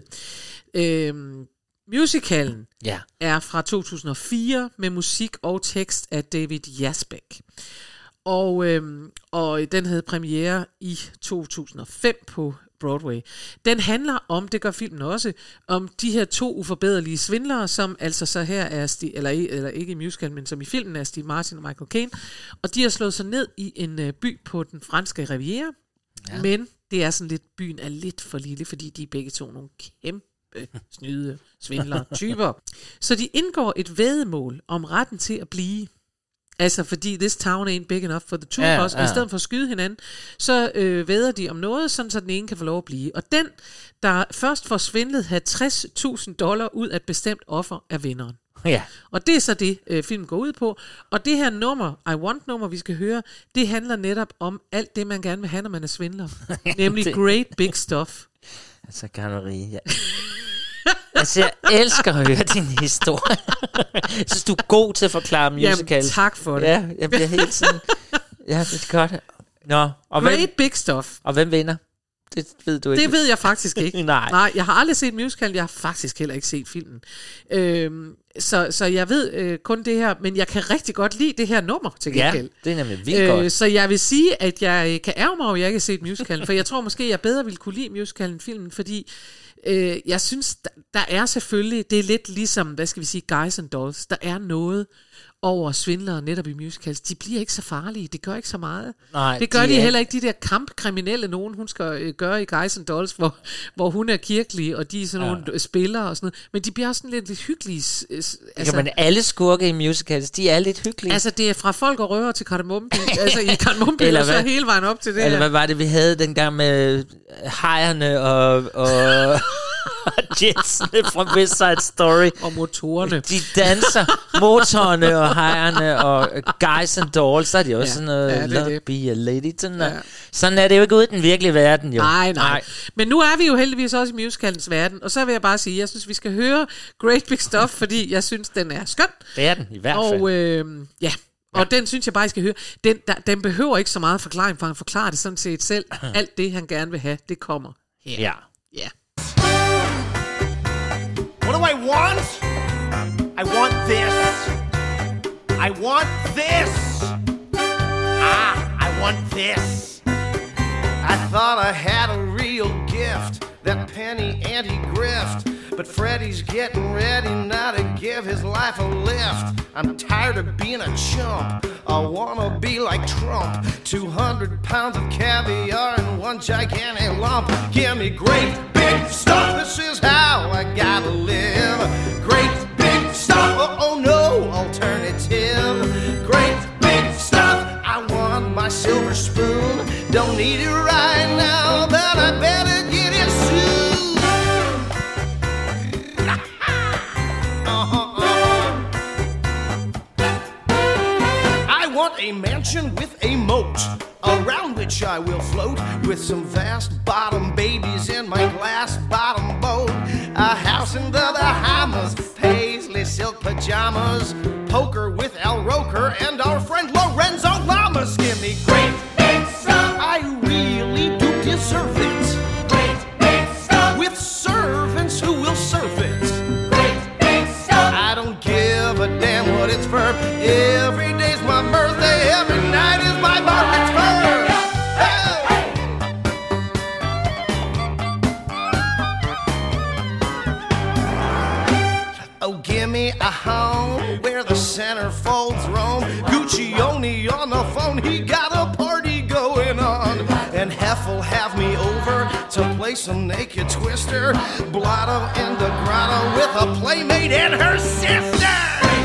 Speaker 1: Øhm, musicalen
Speaker 2: Ja.
Speaker 1: er fra to tusind og fire med musik og tekst af David Yazbek. Og, øhm, og den havde premiere i to tusind og fem på Broadway. Den handler om, det gør filmen også, om de her to uforbederlige svindlere, som altså så her er, Steve, eller, eller ikke i musicalen, men som i filmen er Steve Martin og Michael Caine. Og de har slået sig ned i en øh, by på den franske Riviera, ja. Men det er sådan lidt, byen er lidt for lille, fordi de er begge to nogle kæmpe snyde, svindlere, typer. Så de indgår et væddemål om retten til at blive. Altså fordi this town ain't big enough for the two
Speaker 2: Ja,
Speaker 1: of us. Og
Speaker 2: ja.
Speaker 1: i stedet for at skyde hinanden, så øh, væder de om noget, sådan så den ene kan få lov at blive. Og den, der først får svindlet halvtreds tusind dollar ud af et bestemt offer, er vinderen.
Speaker 2: Ja.
Speaker 1: Og det er så det, øh, filmen går ud på. Og det her nummer, I Want nummer, vi skal høre, det handler netop om alt det, man gerne vil have, når man er svindler. Nemlig
Speaker 2: det-
Speaker 1: great big stuff.
Speaker 2: Altså, Marie, ja. Altså, jeg elsker at høre din historie. Jeg synes, du er god til at forklare musicals.
Speaker 1: Jamen, tak for det.
Speaker 2: Ja, jeg bliver helt sådan... Ja, det er godt. Nå, og
Speaker 1: Great
Speaker 2: hvem,
Speaker 1: big stuff.
Speaker 2: og hvem vinder? Det ved du ikke.
Speaker 1: Det ved jeg faktisk ikke.
Speaker 2: Nej.
Speaker 1: Nej, jeg har aldrig set musical, jeg har faktisk heller ikke set filmen. Øhm, så, så jeg ved øh, kun det her, men jeg kan rigtig godt lide det her nummer til
Speaker 2: Ja,
Speaker 1: gengæld.
Speaker 2: det er nemlig vildt godt.
Speaker 1: Så jeg vil sige, at jeg kan ærge mig over, at jeg ikke har set musicalen, for jeg tror måske, jeg bedre ville kunne lide musicalen end filmen, fordi øh, jeg synes, der, der er selvfølgelig, det er lidt ligesom, hvad skal vi sige, Guys and Dolls, der er noget over svindlere netop i musicals. De bliver ikke så farlige, det gør ikke så meget.
Speaker 2: Nej,
Speaker 1: det gør
Speaker 2: de
Speaker 1: de, de
Speaker 2: er-
Speaker 1: heller ikke, de der kampkriminelle, nogen hun skal øh, gøre i Guys and Dolls, hvor, hvor hun er kirkelig, og de er sådan
Speaker 2: Ja.
Speaker 1: nogle spillere og sådan noget. Men de bliver også sådan lidt, lidt hyggelige. øh, s-
Speaker 2: Altså, men alle skurke i musicals, de er lidt hyggelige.
Speaker 1: Altså, det er fra folk og røver til Kardemommeby. altså, i Kardemommeby,
Speaker 2: Eller
Speaker 1: og så
Speaker 2: hvad?
Speaker 1: hele vejen op til det
Speaker 2: Eller
Speaker 1: her.
Speaker 2: hvad var det, vi havde dengang med hejerne og, og, og jetsene fra West Side Story?
Speaker 1: Og motorerne.
Speaker 2: De danser, motorerne og hejerne og Guys and Dolls, så er de også
Speaker 1: Ja.
Speaker 2: sådan noget,
Speaker 1: Ja, det er
Speaker 2: love
Speaker 1: det.
Speaker 2: be a lady tonight.
Speaker 1: Ja.
Speaker 2: Sådan er det jo ikke ude i den virkelige verden, jo.
Speaker 1: Nej, nej. Men nu er vi jo heldigvis også i musicalens verden, og så vil jeg bare sige, jeg synes, vi skal høre Great Big Stuff, fordi jeg synes, den er skøn.
Speaker 2: Det er den, i hvert fald.
Speaker 1: Og øh, ja, og ja. den synes jeg bare, I skal høre. Den, der, den behøver ikke så meget forklaring, for han forklarer det sådan set selv. Alt det, han gerne vil have, det kommer her.
Speaker 2: Ja.
Speaker 1: Ja.
Speaker 6: What do I want? I want this. I want this. Ah, I want this. I thought I had a real gift, that penny anti-grift. But Freddie's getting ready now to give his life a lift. I'm tired of being a chump. I wanna be like Trump. two hundred pounds of caviar in one gigantic lump. Give me great big stuff. This is how I gotta live. Great big stuff. Oh, oh no alternative. Great big stuff. I want my silver spoon. Don't need it right now, but I better get it soon. I want a mansion with a moat, around which I will float, with some vast bottom babies in my glass bottom boat. A house in the Bahamas, paisley silk pajamas, poker with Al Roker and our friend Lorenzo Lamas. Give me great big stuff. I really do deserve it. Great big stuff. With servants who will serve it. Great big stuff. I don't give a damn what it's for. Every day's my birthday. Every night is my bar mitzvah. Hey! Oh, give me a home where the centerfolds roam. Guccione on the phone, he got a party going on. And Hef will have me over to play some naked twister. Blotto in the grotto with a playmate and her sister.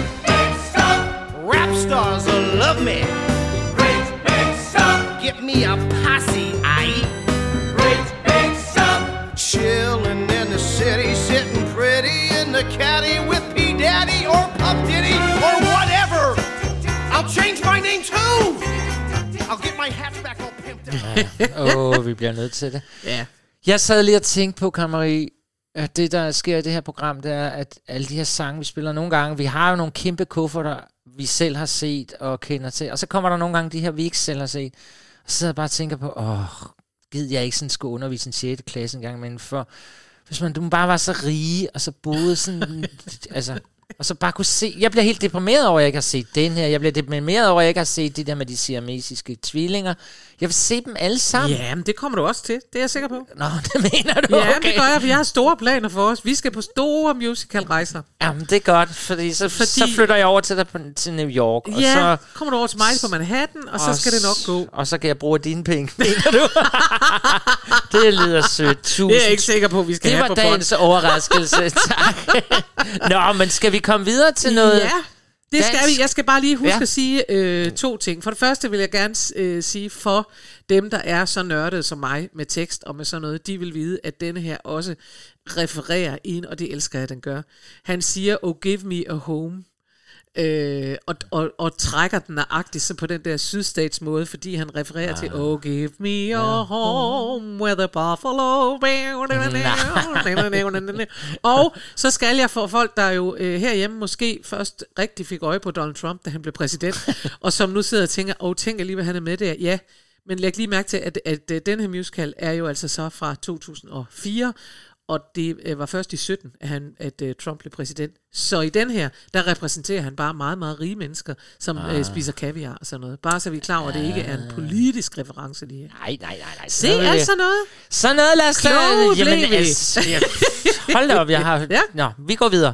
Speaker 6: Rap stars will love me. Great big stuff. Get me a posse, I Great big stuff. Chillin' in the city, sitting pretty in the caddy with P Daddy or Pup Diddy or whatever. I'll change my name too. I'll get my hatchback all pimped out.
Speaker 2: Åh, oh, vi bliver nødt til det.
Speaker 1: Ja.
Speaker 2: Jeg sad lige og tænkte på, Marie, at det, der sker i det her program, det er, at alle de her sange, vi spiller nogle gange, vi har jo nogle kæmpe kufferter, vi selv har set og kender til, og så kommer der nogle gange de her, vi ikke selv har set, og så sidder jeg bare og tænker på, åh, gid jeg ikke sådan skulle undervise en sjette klasse en gang, men for, hvis man du bare var så rige, og så boede sådan, altså, og så bare kunne se, jeg bliver helt deprimeret over, at jeg ikke har set den her, jeg bliver deprimeret over, at jeg ikke har set de der med de siamesiske tvillinger, jeg vil se dem alle sammen.
Speaker 1: Ja, men det kommer du også til. Det er jeg sikker på.
Speaker 2: Nå, det mener du,
Speaker 1: Ja,
Speaker 2: okay.
Speaker 1: det gør jeg, for jeg har store planer for os. Vi skal på store musical-rejser.
Speaker 2: Jamen, det er godt, fordi så, fordi... så flytter jeg over til dig på, til New York. Og
Speaker 1: Ja,
Speaker 2: så,
Speaker 1: kommer du over til mig på Manhattan, og, og så skal det nok gå.
Speaker 2: Og så kan jeg bruge dine penge, mener du? Det lyder sødt. Tusind.
Speaker 1: Det er jeg ikke sikker på, vi skal
Speaker 2: det
Speaker 1: have
Speaker 2: var
Speaker 1: på
Speaker 2: dagens overraskelse, tak. Nå, men skal vi komme videre til noget?
Speaker 1: Ja. Det skal
Speaker 2: Dansk.
Speaker 1: vi. Jeg skal bare lige huske
Speaker 2: Ja.
Speaker 1: at sige øh, to ting. For det første vil jeg gerne øh, sige, for dem, der er så nørdede som mig med tekst og med sådan noget, de vil vide, at denne her også refererer ind, og det elsker jeg, den gør. Han siger, oh, give me a home. Øh, og, og, og trækker den nøjagtigt så på den der sydstatsmåde, fordi han refererer ah. til oh, give me a ja. home where the buffalo og så skal jeg for folk, der jo øh, herhjemme måske først rigtig fik øje på Donald Trump, da han blev præsident, og som nu sidder og tænker, åh, oh, tænk alligevel, han er med der. Ja, men læg lige mærke til, at, at, at den her musical er jo altså så fra to tusind og fire, og det øh, var først i sytten, at, han, at øh, Trump blev præsident. Så i den her, der repræsenterer han bare meget, meget rige mennesker, som ah. øh, spiser kaviar og sådan noget. Bare så vi er klar over, at det ikke er en politisk reference lige her.
Speaker 2: Nej, nej, nej, nej.
Speaker 1: Se, altså noget.
Speaker 2: Sådan noget, lad os
Speaker 1: tage.
Speaker 2: Jamen, altså, ja, hold da op, jeg har...
Speaker 1: ja.
Speaker 2: Nå, vi går videre.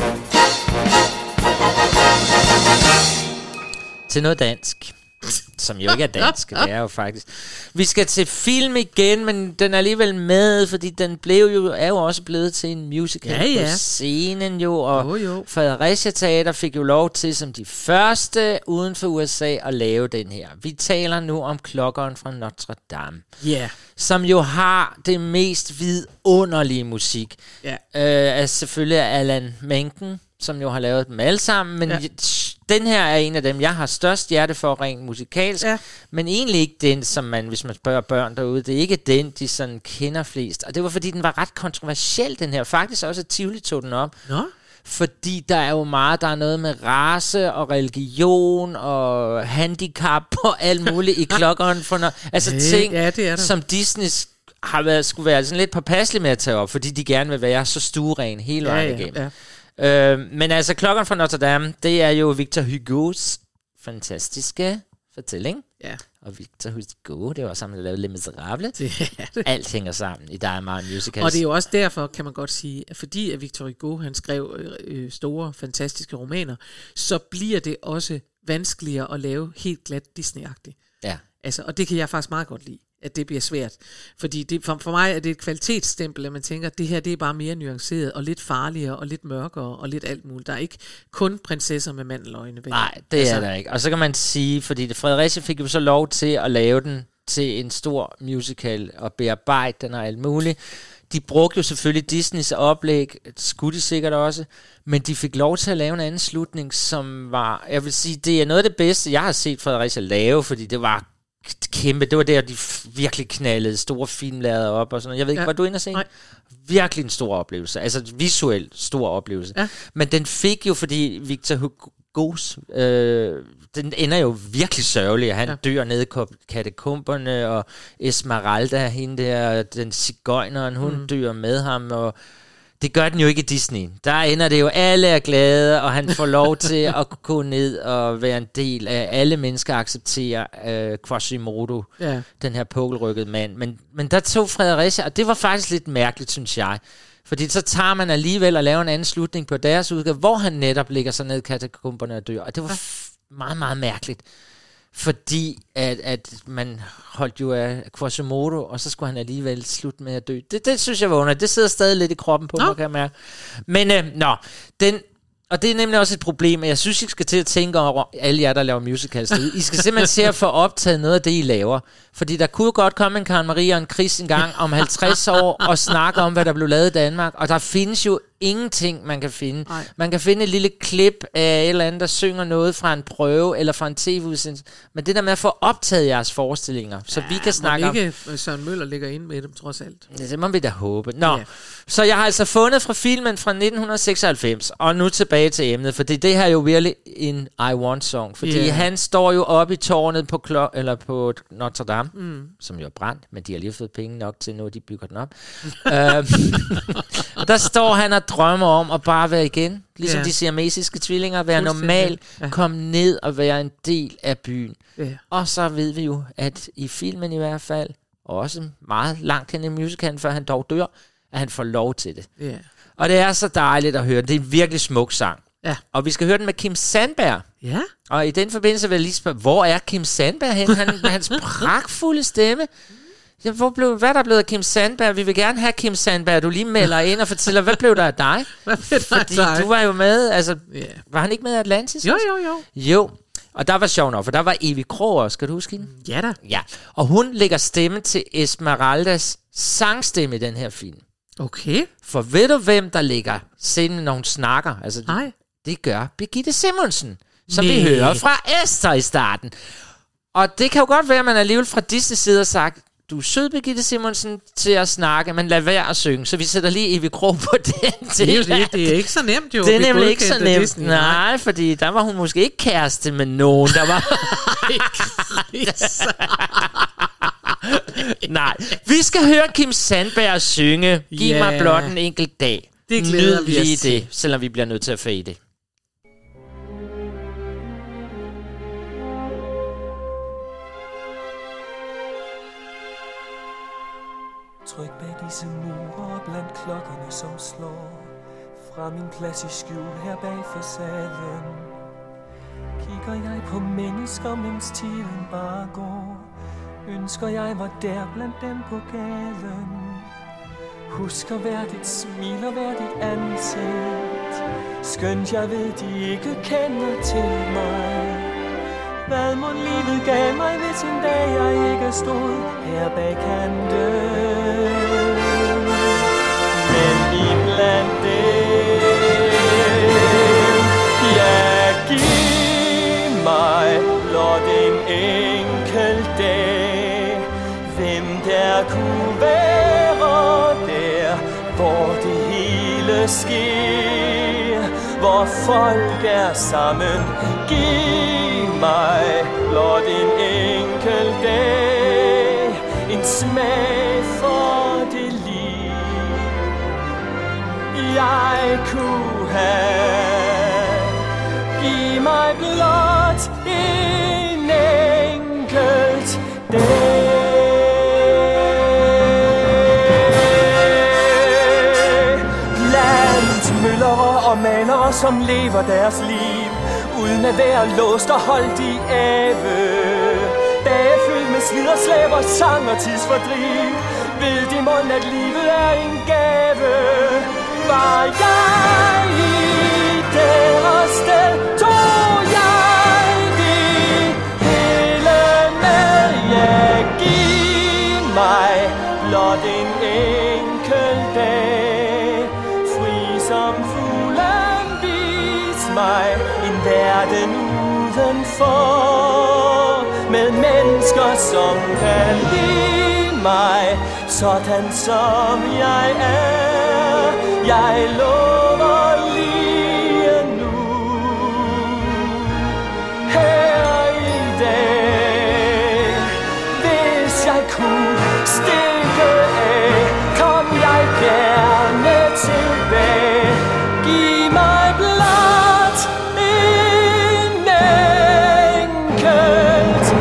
Speaker 2: Til noget dansk. Som jo ikke er dansk, det er jo faktisk. Vi skal til film igen, men den er alligevel med, fordi den blev jo, er jo også blevet til en musical
Speaker 1: ja, ja.
Speaker 2: på scenen jo, og
Speaker 1: jo, jo.
Speaker 2: Fredericia Teater fik jo lov til som de første uden for U S A at lave den her. Vi taler nu om Klokkeren fra Notre Dame,
Speaker 1: yeah.
Speaker 2: som jo har det mest vidunderlige musik.
Speaker 1: Yeah.
Speaker 2: Øh, altså selvfølgelig Alan Menken, som jo har lavet dem alle sammen, men yeah. den her er en af dem, jeg har størst hjerte for rent musikalsk, ja. Men egentlig ikke den, som man, hvis man spørger børn derude, det er ikke den, de sådan kender flest. Og det var, fordi den var ret kontroversiel, den her. Faktisk også, at Tivoli tog den op.
Speaker 1: Nå?
Speaker 2: Fordi der er jo meget, der er noget med race og religion og handicap og alt muligt i Klokkeren. For no- altså
Speaker 1: hey,
Speaker 2: ting,
Speaker 1: ja, det er
Speaker 2: som Disney har været, skulle være sådan lidt påpasselige med at tage op, fordi de gerne vil være så stueren hele vejen ja, ja, igennem. Ja. Øh, men altså, Klokkeren fra Notre Dame, det er jo Victor Hugos fantastiske fortælling.
Speaker 1: Ja.
Speaker 2: Og Victor Hugo, det var sammen, der lavede Les Miserables.
Speaker 1: Det er det.
Speaker 2: Alt hænger sammen i Der er meget musicals.
Speaker 1: Og det er jo også derfor, kan man godt sige, at fordi at Victor Hugo, han skrev øh, store, fantastiske romaner, så bliver det også vanskeligere at lave helt glat Disney-agtigt.
Speaker 2: Ja.
Speaker 1: Altså, og det kan jeg faktisk meget godt lide, at det bliver svært. Fordi det, for, for mig er det et kvalitetsstempel, at man tænker, at det her det er bare mere nuanceret, og lidt farligere, og lidt mørkere, og lidt alt muligt. Der er ikke kun prinsesser med mandeløjne.
Speaker 2: Nej, det altså, er der ikke. Og så kan man sige, fordi det, Fredericia fik jo så lov til at lave den til en stor musical, og bearbejde den og alt muligt. De brugte jo selvfølgelig Disneys oplæg, skulle de sikkert også, men de fik lov til at lave en anden slutning, som var, jeg vil sige, det er noget af det bedste, jeg har set Fredericia lave, fordi det var kæmpe, det var der, de virkelig knaldede store filmlader op og sådan noget. Jeg ved ikke, ja. Var du inde og se?
Speaker 1: Nej.
Speaker 2: Virkelig en stor oplevelse, altså visuelt stor oplevelse. Ja. Men den fik jo, fordi Victor Hugos, øh, den ender jo virkelig sørgelig, han ja. dør nede i katakomberne, og Esmeralda, hende der, den sigøjneren, hun mm. dør med ham, og det gør den jo ikke i Disney. Der ender det jo, alle er glade, og han får lov til at gå ned og være en del af, alle mennesker accepterer øh, Quasimodo, ja. Den her pukkelrykkede mand. Men, men der tog Fredericia, og det var faktisk lidt mærkeligt, synes jeg. Fordi så tager man alligevel og laver en anden slutning på deres udgave, hvor han netop ligger så ned i katakomberne og dør. Og det var f- meget, meget mærkeligt. Fordi at, at man holdt jo af Quasimodo, og så skulle han alligevel slutte med at dø. Det, det synes jeg var under. Det sidder stadig lidt i kroppen på mig, kan jeg mærke. Men øh, nå, den, og det er nemlig også et problem, at jeg synes, I skal til at tænke over alle jer, der laver musicals. I skal simpelthen se at få optaget noget af det, I laver. Fordi der kunne godt komme en Karen Marie og en Chris en gang om halvtreds år og snakke om, hvad der blev lavet i Danmark. Og der findes jo ingenting, man kan finde. Nej. Man kan finde et lille klip af et eller andet, der synger noget fra en prøve eller fra en tv-udsendelse. Men det der med at få optaget jeres forestillinger, så ja, vi kan snakke om...
Speaker 1: ikke Søren Møller ligger inde med dem, trods alt.
Speaker 2: Ja, det må vi da håbe. Nå, ja. Så jeg har altså fundet fra filmen fra nitten seksoghalvfems, og nu tilbage til emnet, for det, det her er jo virkelig en I Want Song, fordi yeah. han står jo oppe i tårnet på, klo- eller på Notre Dame, mm. som jo er brændt, men de har lige fået penge nok til, når de bygger den op. øhm, og der står han og drømmer om at bare være igen, ligesom yeah. de siamesiske tvillinger, være normal, ja. Komme ned og være en del af byen. Yeah. Og så ved vi jo, at i filmen i hvert fald, og også meget langt hen i musicalen, før han dog dør, at han får lov til det. Yeah. Og det er så dejligt at høre den. Det er en virkelig smuk sang. Ja. Og vi skal høre den med Kim Sandberg. Ja. Og i den forbindelse vil jeg lige spørge, hvor er Kim Sandberg hen? Han, med hans pragtfulde stemme. Ja, hvor blev, hvad er der blevet af Kim Sandberg? Vi vil gerne have Kim Sandberg. Du lige melder ind og fortæller, hvad blev der af dig?
Speaker 1: Hvad blev der
Speaker 2: Fordi
Speaker 1: af dig?
Speaker 2: du var jo med, altså,
Speaker 1: Yeah.
Speaker 2: var han ikke med i Atlantis?
Speaker 1: Jo,
Speaker 2: også?
Speaker 1: jo, jo.
Speaker 2: Jo, og der var sjov nok, for der var Evie Kroger, skal du huske hende?
Speaker 1: Ja da.
Speaker 2: Ja, og hun lægger stemme til Esmeraldas sangstemme i den her film.
Speaker 1: Okay.
Speaker 2: For ved du, hvem der lægger scenen, når hun snakker? Altså,
Speaker 1: Nej.
Speaker 2: det gør Birgitte Simonsen, som
Speaker 1: Nej.
Speaker 2: vi hører fra Esther i starten. Og det kan jo godt være, at man alligevel fra Disney side har sagt, du er sød, Birgitte Simonsen, til at snakke, men lad være at synge. Så vi sætter lige Evie Krog på den til.
Speaker 1: Det er, jo det, det er ikke så nemt jo.
Speaker 2: Det er
Speaker 1: at blive
Speaker 2: nemlig ikke så
Speaker 1: godkendt af
Speaker 2: nemt.
Speaker 1: Disney.
Speaker 2: Nej, fordi der var hun måske ikke kæreste med nogen. Der var... Nej, vi skal høre Kim Sandberg synge. Giv
Speaker 1: Ja.
Speaker 2: mig blot en enkelt dag.
Speaker 1: Det glæder
Speaker 2: Nyd
Speaker 1: vi os
Speaker 2: lige
Speaker 1: til.
Speaker 2: det, selvom vi bliver nødt til at fade.
Speaker 7: Tryk bag disse mure blandt klokkerne, som slår fra min plads i skjul her bag facaden. Kigger jeg på mennesker, mens tiden bare går. Ønsker jeg var der blandt dem på gaden. Husker hvert et smil og hvert et ansigt. Skønt jeg ved, de ikke kender til mig. Hvad mon livet gav mig, hvis en dag jeg ikke stod her bag kanten. Men iblandt dem, ja, giv mig blot en enkelt dag. Hvem der kunne være der, hvor det hele sker, hvor folk er sammen. Giv mig blot en enkelt dag, en smag for det liv, jeg kunne have. Giv mig blot en enkelt dag. Blandt møllere og malere, som lever deres liv uden at være låst og holdt i ave. Dage fyldt med slid og slæb og sang og tidsfordriv. Ved de mund, at livet er en gave. Var jeg i deres sted, tog jeg det hele med. Ja, giv mig blot en enkelt dag, fri som fuglen, vis mig en verden udenfor, med mennesker, som kan lide mig, sådan som jeg er. Jeg lover lige nu, her i dag, hvis jeg kunne stikke af, kom jeg gerne tilbage. Giv mig blot en enkelt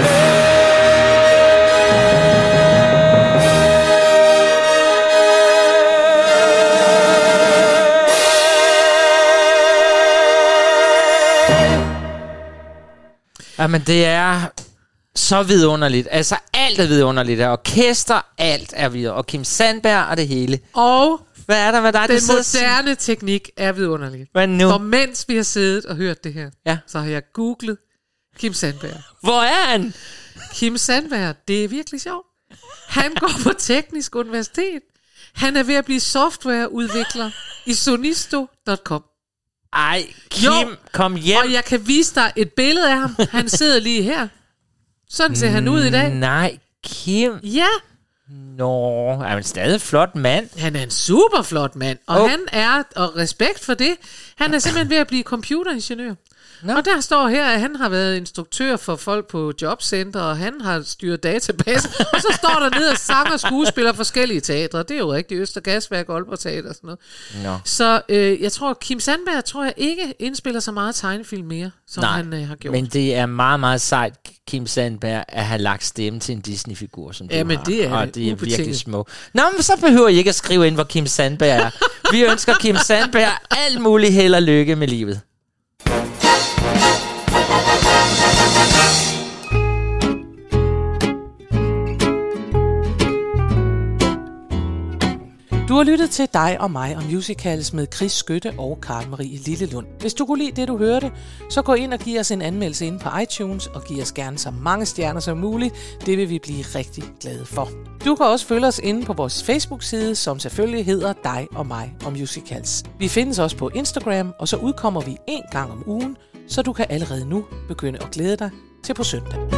Speaker 2: Jamen, det er så vidunderligt. Altså, alt er vidunderligt. Orkester, alt er vidunderligt. Og Kim Sandberg og det hele.
Speaker 1: Og
Speaker 2: hvad er der med dig?
Speaker 1: Den
Speaker 2: der
Speaker 1: moderne teknik er vidunderlig.
Speaker 2: Hvad nu?
Speaker 1: For mens vi har siddet og hørt det her,
Speaker 2: ja.
Speaker 1: så har jeg googlet Kim Sandberg.
Speaker 2: Hvor er han?
Speaker 1: Kim Sandberg, det er virkelig sjovt. Han går på Teknisk Universitet. Han er ved at blive softwareudvikler i sonisto punktum com.
Speaker 2: Ej, Kim, jo, kom hjem.
Speaker 1: Og jeg kan vise dig et billede af ham. Han sidder lige her. Sådan ser han ud i dag.
Speaker 2: Nej, Kim.
Speaker 1: Ja.
Speaker 2: Nå, er han stadig flot mand?
Speaker 1: Han er en super flot mand. Og oh. han er, og respekt for det, han er simpelthen ved at blive computeringeniør. No. Og der står her, at han har været instruktør for folk på jobcenter, og han har styret database. Og så står der nede, at sanger og skuespiller forskellige teatre. Det er jo rigtigt, Øster Gasværk, Aalborg Teater og sådan noget.
Speaker 2: No.
Speaker 1: Så øh, jeg tror, Kim Sandberg tror jeg ikke indspiller så meget tegnefilm mere, som
Speaker 2: Nej,
Speaker 1: han øh, har gjort.
Speaker 2: Men det er meget, meget sejt, Kim Sandberg, at have lagt stemme til en Disney-figur, som
Speaker 1: ja,
Speaker 2: du
Speaker 1: men
Speaker 2: har.
Speaker 1: det er
Speaker 2: og
Speaker 1: det,
Speaker 2: det er
Speaker 1: ubetinget.
Speaker 2: virkelig små. Nå, men så behøver I ikke at skrive ind, hvor Kim Sandberg er. Vi ønsker Kim Sandberg alt muligt held og lykke med livet.
Speaker 1: har lyttet til Dig og mig og musicals med Chris Skytte og Karen Marie Lillelund. Hvis du kunne lide det, du hørte, så gå ind og giv os en anmeldelse inde på iTunes, og giv os gerne så mange stjerner som muligt. Det vil vi blive rigtig glade for. Du kan også følge os inde på vores Facebook-side, som selvfølgelig hedder Dig og mig og musicals. Vi findes også på Instagram, og så udkommer vi en gang om ugen, så du kan allerede nu begynde at glæde dig til på søndag.